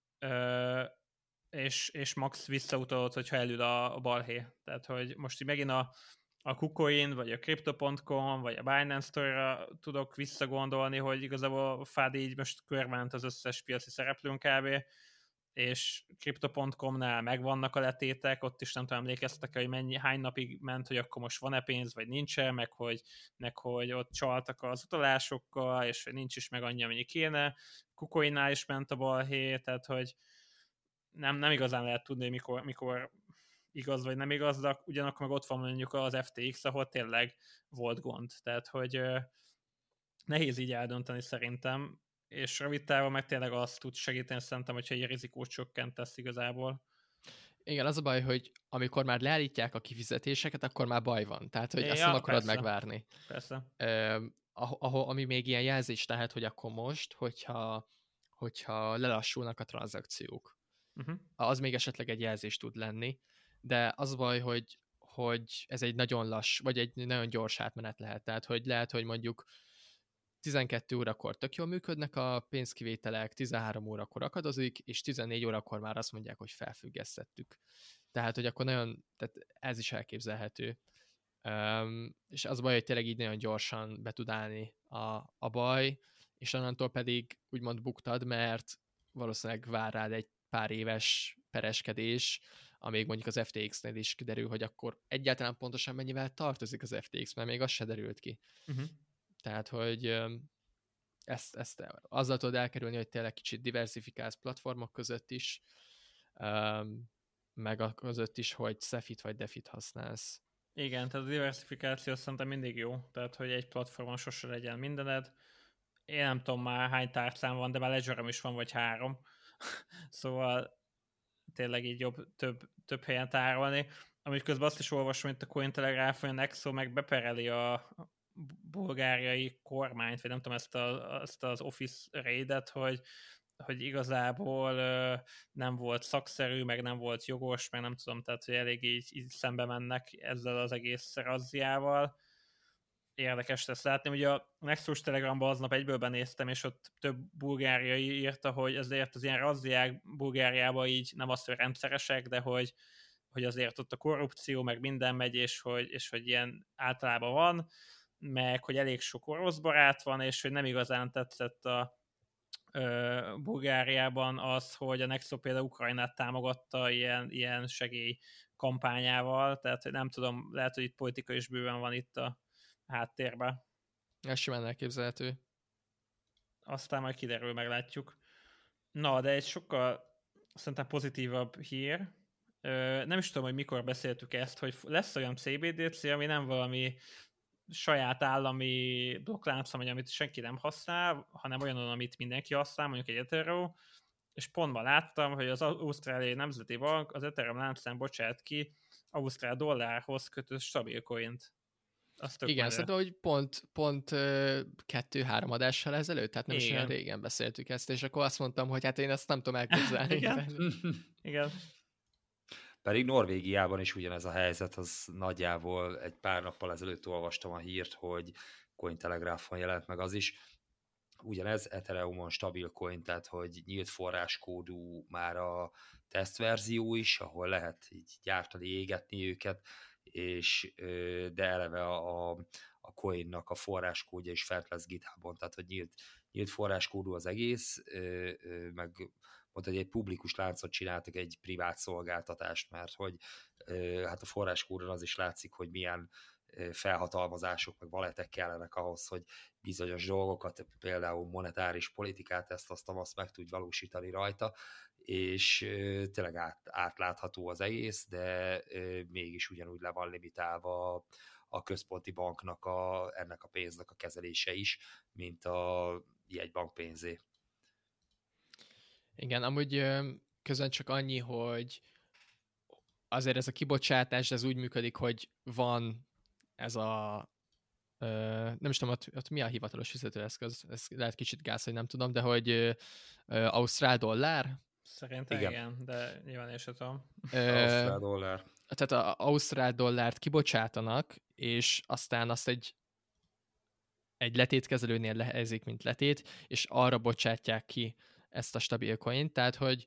És max visszautalod, hogyha elül a balhé. Tehát, hogy most így megint a KuCoin, vagy a Crypto.com, vagy a Binance Story-ra tudok visszagondolni, hogy igazából a FAD így most körment az összes piaci szereplőn kb. És Crypto.com-nál megvannak a letétek, ott is nem tudom, emlékeztek, hogy hány napig ment, hogy akkor most van-e pénz, vagy nincsen, meg hogy ott csaltak az utalásokkal, és hogy nincs is meg annyi, amennyi kéne. KuCoinnál is ment a balhé, tehát hogy nem igazán lehet tudni, hogy mikor igaz vagy nem igaz, de ugyanakkor meg ott van mondjuk az FTX, ahol tényleg volt gond. Tehát, hogy nehéz így eldönteni szerintem, és rövid távon meg tényleg azt tud segíteni szerintem, hogyha egy rizikót csökkentesz igazából. Igen, az a baj, hogy amikor már leállítják a kifizetéseket, akkor már baj van. Tehát, hogy ezt nem akarod megvárni. Persze. Ami még ilyen jelzés lehet, hogy akkor most, hogyha lelassulnak a tranzakciók. az még esetleg egy jelzés tud lenni, de az a baj, hogy ez egy nagyon lass, vagy egy nagyon gyors átmenet lehet. Tehát, hogy lehet, hogy mondjuk 12 órakor tök jól működnek a pénzkivételek, 13 órakor akadozik, és 14 órakor már azt mondják, hogy felfüggesztettük. Tehát, hogy akkor tehát ez is elképzelhető. És az baj, hogy tényleg így nagyon gyorsan be tud állni a baj, és onnantól pedig úgymond buktad, mert valószínűleg vár rád egy pár éves pereskedés, amíg mondjuk az FTX-nél is kiderül, hogy akkor egyáltalán pontosan mennyivel tartozik az FTX, mert még az se derült ki. Tehát, hogy ezt azzal tudod elkerülni, hogy tényleg kicsit diversifikálsz platformok között is, meg a között is, hogy Cefit vagy Defit használsz. Igen, tehát a diversifikáció szerintem mindig jó, tehát hogy egy platformon sose legyen mindened. Én nem tudom már hány tárcám van, de már Ledgerem is van, vagy 3. Szóval tényleg így jobb több helyen tárolni. Amúgy közben azt is olvasom, hogy a Cointelegraph, hogy a Nexo meg bepereli a bulgáriai kormányt, vagy nem tudom, ezt az Office raidet, hogy igazából nem volt szakszerű, meg nem volt jogos, meg nem tudom, tehát hogy elég így szembe mennek ezzel az egész razziával. Érdekes lesz látni. Ugye a Nexus Telegramban aznap egyből benéztem, és ott több bulgáriai írta, hogy ezért az ilyen razziák Bulgáriában így nem az, hogy rendszeresek, de hogy azért ott a korrupció, meg minden megy, és hogy ilyen általában van, meg hogy elég sok orosz barát van, és hogy nem igazán tetszett a Bulgáriában az, hogy a Nexo például Ukrajnát támogatta ilyen segélykampányával, tehát nem tudom, lehet, hogy itt politika is bőven van itt a háttérben. Ez simán elképzelhető. Aztán majd kiderül, meglátjuk. Na, de egy sokkal szerintem pozitívabb hír. Nem is tudom, hogy mikor beszéltük ezt, hogy lesz olyan CBDC, ami nem valami saját állami blokklánc, amit senki nem használ, hanem olyan, amit mindenki használ, mondjuk egy Ethereum, és pontban láttam, hogy az Ausztráliai Nemzeti Bank az Ethereum láncán bocsát ki ausztrál dollárhoz kötött stabil coint. Igen, szerintem, hogy pont 2-3 adással ezelőtt, tehát nem is olyan régen beszéltük ezt, és akkor azt mondtam, hogy hát én ezt nem tudom elképzelni. Igen. Pedig Norvégiában is ugyanez a helyzet, az nagyjából egy pár nappal ezelőtt olvastam a hírt, hogy Cointelegraphon jelent meg az is. Ugyanez Ethereumon stabil coin, tehát hogy nyílt forráskódú már a tesztverzió is, ahol lehet így gyártani, égetni őket, de eleve a coinnak a forráskódja is fent lesz GitHubon, tehát hogy nyílt forráskódú az egész, meg mondta, hogy egy publikus láncot csináltak, egy privát szolgáltatást, mert hogy hát a forráskódon az is látszik, hogy milyen felhatalmazások, meg valetek kellenek ahhoz, hogy bizonyos dolgokat, például monetáris politikát, azt meg tudj valósítani rajta, és tényleg átlátható az egész, de mégis ugyanúgy le van limitálva a központi banknak ennek a pénznek a kezelése is, mint a jegybank pénzé. Igen, amúgy közben csak annyi, hogy azért ez a kibocsátás, ez úgy működik, hogy van ez a nem is tudom, ott mi a hivatalos fizetőeszköz, ez lehet kicsit gáz, hogy nem tudom, de hogy ausztrál dollár? Szerintem igen, de nyilván én sem tudom. Ausztrál dollár. Tehát az ausztrál dollárt kibocsátanak, és aztán azt egy letétkezelőnél lehelyezik, mint letét, és arra bocsátják ki ezt a stabil coint, tehát hogy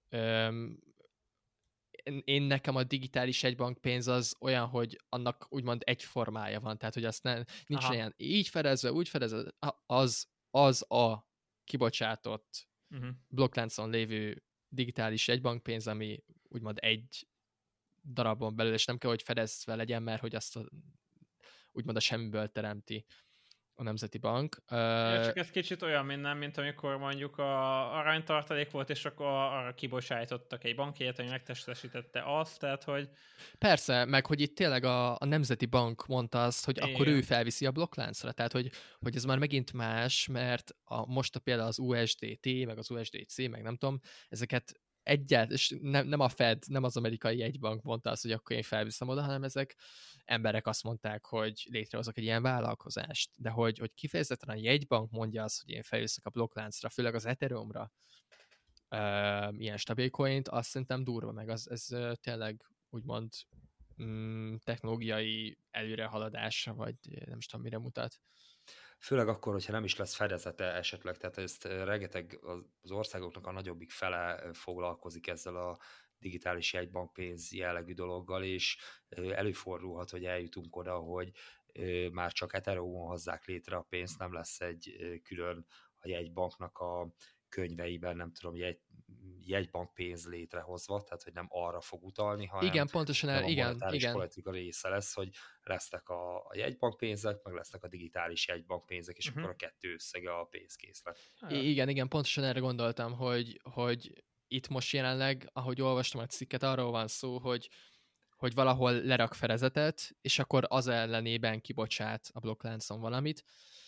én nekem a digitális egybankpénz az olyan, hogy annak úgymond egy formája van, tehát hogy azt nincs olyan így fedezve, úgy fedezve, az a kibocsátott blokkláncon lévő digitális egybankpénz, ami úgymond egy darabon belül, és nem kell, hogy fedezve legyen, mert hogy azt úgymond a semmiből teremti a Nemzeti Bank. Csak ez kicsit olyan mint amikor mondjuk a aranytartalék volt, és akkor arra kibocsájtottak egy bankjegyet, ami megtestesítette azt, tehát hogy... Persze, meg hogy itt tényleg a Nemzeti Bank mondta azt, hogy akkor ő felviszi a blokkláncra, tehát hogy ez már megint más, mert most például az USDT, meg az USDC, meg nem tudom, ezeket és nem a Fed, nem az amerikai jegybank mondta azt, hogy akkor én felviszem oda, hanem ezek emberek azt mondták, hogy létrehozok egy ilyen vállalkozást, de hogy kifejezetten a jegybank mondja azt, hogy én felviszek a blokkláncra, főleg az Ethereumra, ilyen stabil coint, azt szerintem durva, meg ez tényleg úgymond technológiai előrehaladásra, vagy nem is tudom, mire mutat. Főleg akkor, hogyha nem is lesz fedezete esetleg, tehát ezt rengeteg az országoknak a nagyobbik fele foglalkozik ezzel a digitális jegybankpénz jellegű dologgal, és előfordulhat, hogy eljutunk oda, hogy már csak Ethereumon hozzák létre a pénzt, nem lesz egy külön a jegybanknak a könyveiben, nem tudom, jegybankpénz létrehozva, tehát hogy nem arra fog utalni, hanem igen, pontosan nem a monetáris igen. politika része lesz, hogy lesznek a jegybankpénzek, meg lesznek a digitális jegybankpénzek, és akkor a kettő összege a pénzkészlet. Igen, pontosan erre gondoltam, hogy itt most jelenleg, ahogy olvastam a cikket, arról van szó, hogy valahol lerak fedezetet, és akkor az ellenében kibocsát a blokkláncon valamit.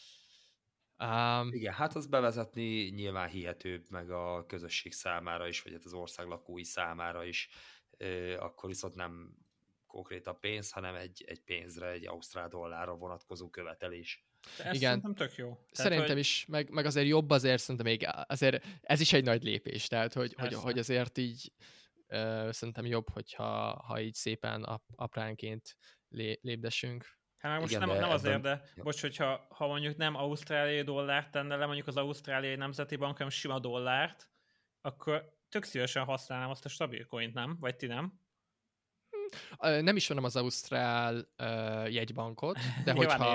Igen, hát az bevezetni nyilván hihetőbb, meg a közösség számára is, vagy hát az ország lakói számára is, akkor viszont nem konkrét a pénz, hanem egy pénzre, egy ausztrál dollárra vonatkozó követelés. Ez szerintem tök jó. Tehát, szerintem is, meg azért jobb azért, szerintem még azért ez is egy nagy lépés, tehát hogy azért így szerintem jobb, ha így szépen apránként lépdessünk. Hát most igen, nem azért, de bocs, hogyha mondjuk nem ausztráliai dollárt tenne le, mondjuk az ausztráliai nemzeti bank, hanem sima dollárt, akkor tök szívesen használnám azt a stabil coint, nem? Vagy ti nem? Nem ismerem az ausztrál jegybankot, de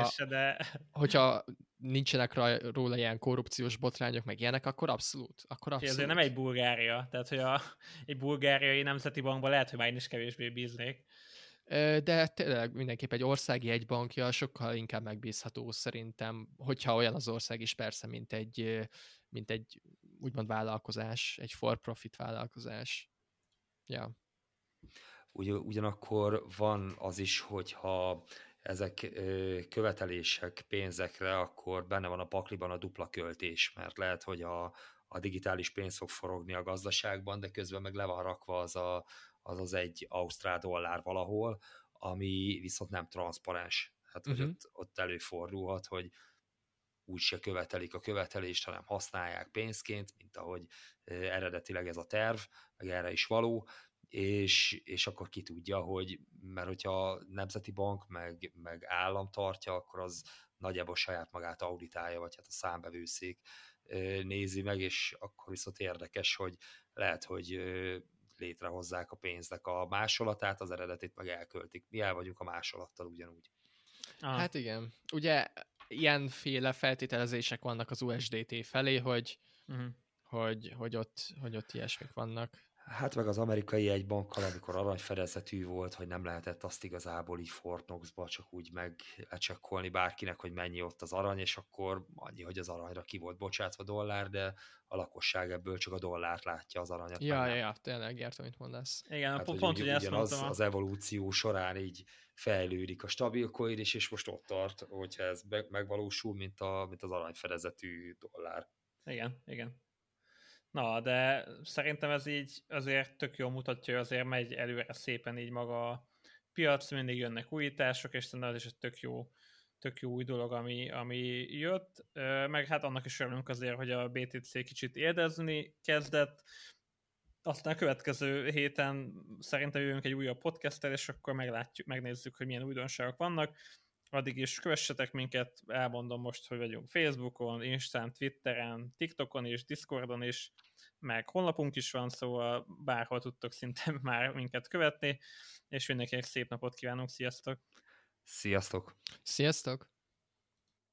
hogyha nincsenek róla ilyen korrupciós botrányok, meg ilyenek, akkor abszolút. Ezért nem egy Bulgária, tehát hogy egy bulgáriai nemzeti bankban lehet, hogy már én is kevésbé bíznék. De tényleg mindenképp egy országi jegybankja sokkal inkább megbízható szerintem, hogyha olyan az ország is persze, mint egy úgymond vállalkozás, egy for-profit vállalkozás. Ja. Ugyanakkor van az is, hogyha ezek követelések pénzekre, akkor benne van a pakliban a dupla költés, mert lehet, hogy a digitális pénz fog forogni a gazdaságban, de közben meg le van rakva az egy ausztrál dollár valahol, ami viszont nem transzparens. Hát, hogy ott előfordulhat, hogy úgyse követelik a követelést, hanem használják pénzként, mint ahogy eredetileg ez a terv, meg erre is való, és akkor ki tudja, hogy mert hogyha nemzeti bank meg állam tartja, akkor az nagyjából saját magát auditálja, vagy hát a számbevőszék nézi meg, és akkor viszont érdekes, hogy lehet, hogy létrehozzák a pénznek a másolatát, az eredetét meg elköltik. Mi el vagyunk a másolattal ugyanúgy. Hát igen. Ugye ilyenféle feltételezések vannak az USDT felé, hogy ott ilyesmik vannak. Hát meg az amerikai jegybankkal, amikor aranyfedezetű volt, hogy nem lehetett azt igazából így Fort Knoxba csak úgy meglecsekkolni bárkinek, hogy mennyi ott az arany, és akkor annyi, hogy az aranyra ki volt bocsátva dollár, de a lakosság ebből csak a dollárt látja, az aranyat. Ja, tényleg értem, mit mondasz. Igen, hát pont ugye ezt mondtam. Az evolúció során így fejlődik a stabil coin is, és most ott tart, hogyha ez megvalósul, mint az aranyfedezetű dollár. Igen. Na, de szerintem ez így azért tök jól mutatja, hogy azért megy előre szépen így maga a piac, mindig jönnek újítások, és szerintem ez is egy tök jó új dolog, ami jött, meg hát annak is örülünk azért, hogy a BTC kicsit éldezni kezdett, aztán a következő héten szerintem jövünk egy újabb podcasttel, és akkor megnézzük, hogy milyen újdonságok vannak. Addig is kövessetek minket, elmondom most, hogy vagyunk Facebookon, Instán, Twitteren, TikTokon és Discordon is, meg honlapunk is van, szóval bárhol tudtok szinte már minket követni, és mindenkinek szép napot kívánunk, sziasztok! Sziasztok! Sziasztok!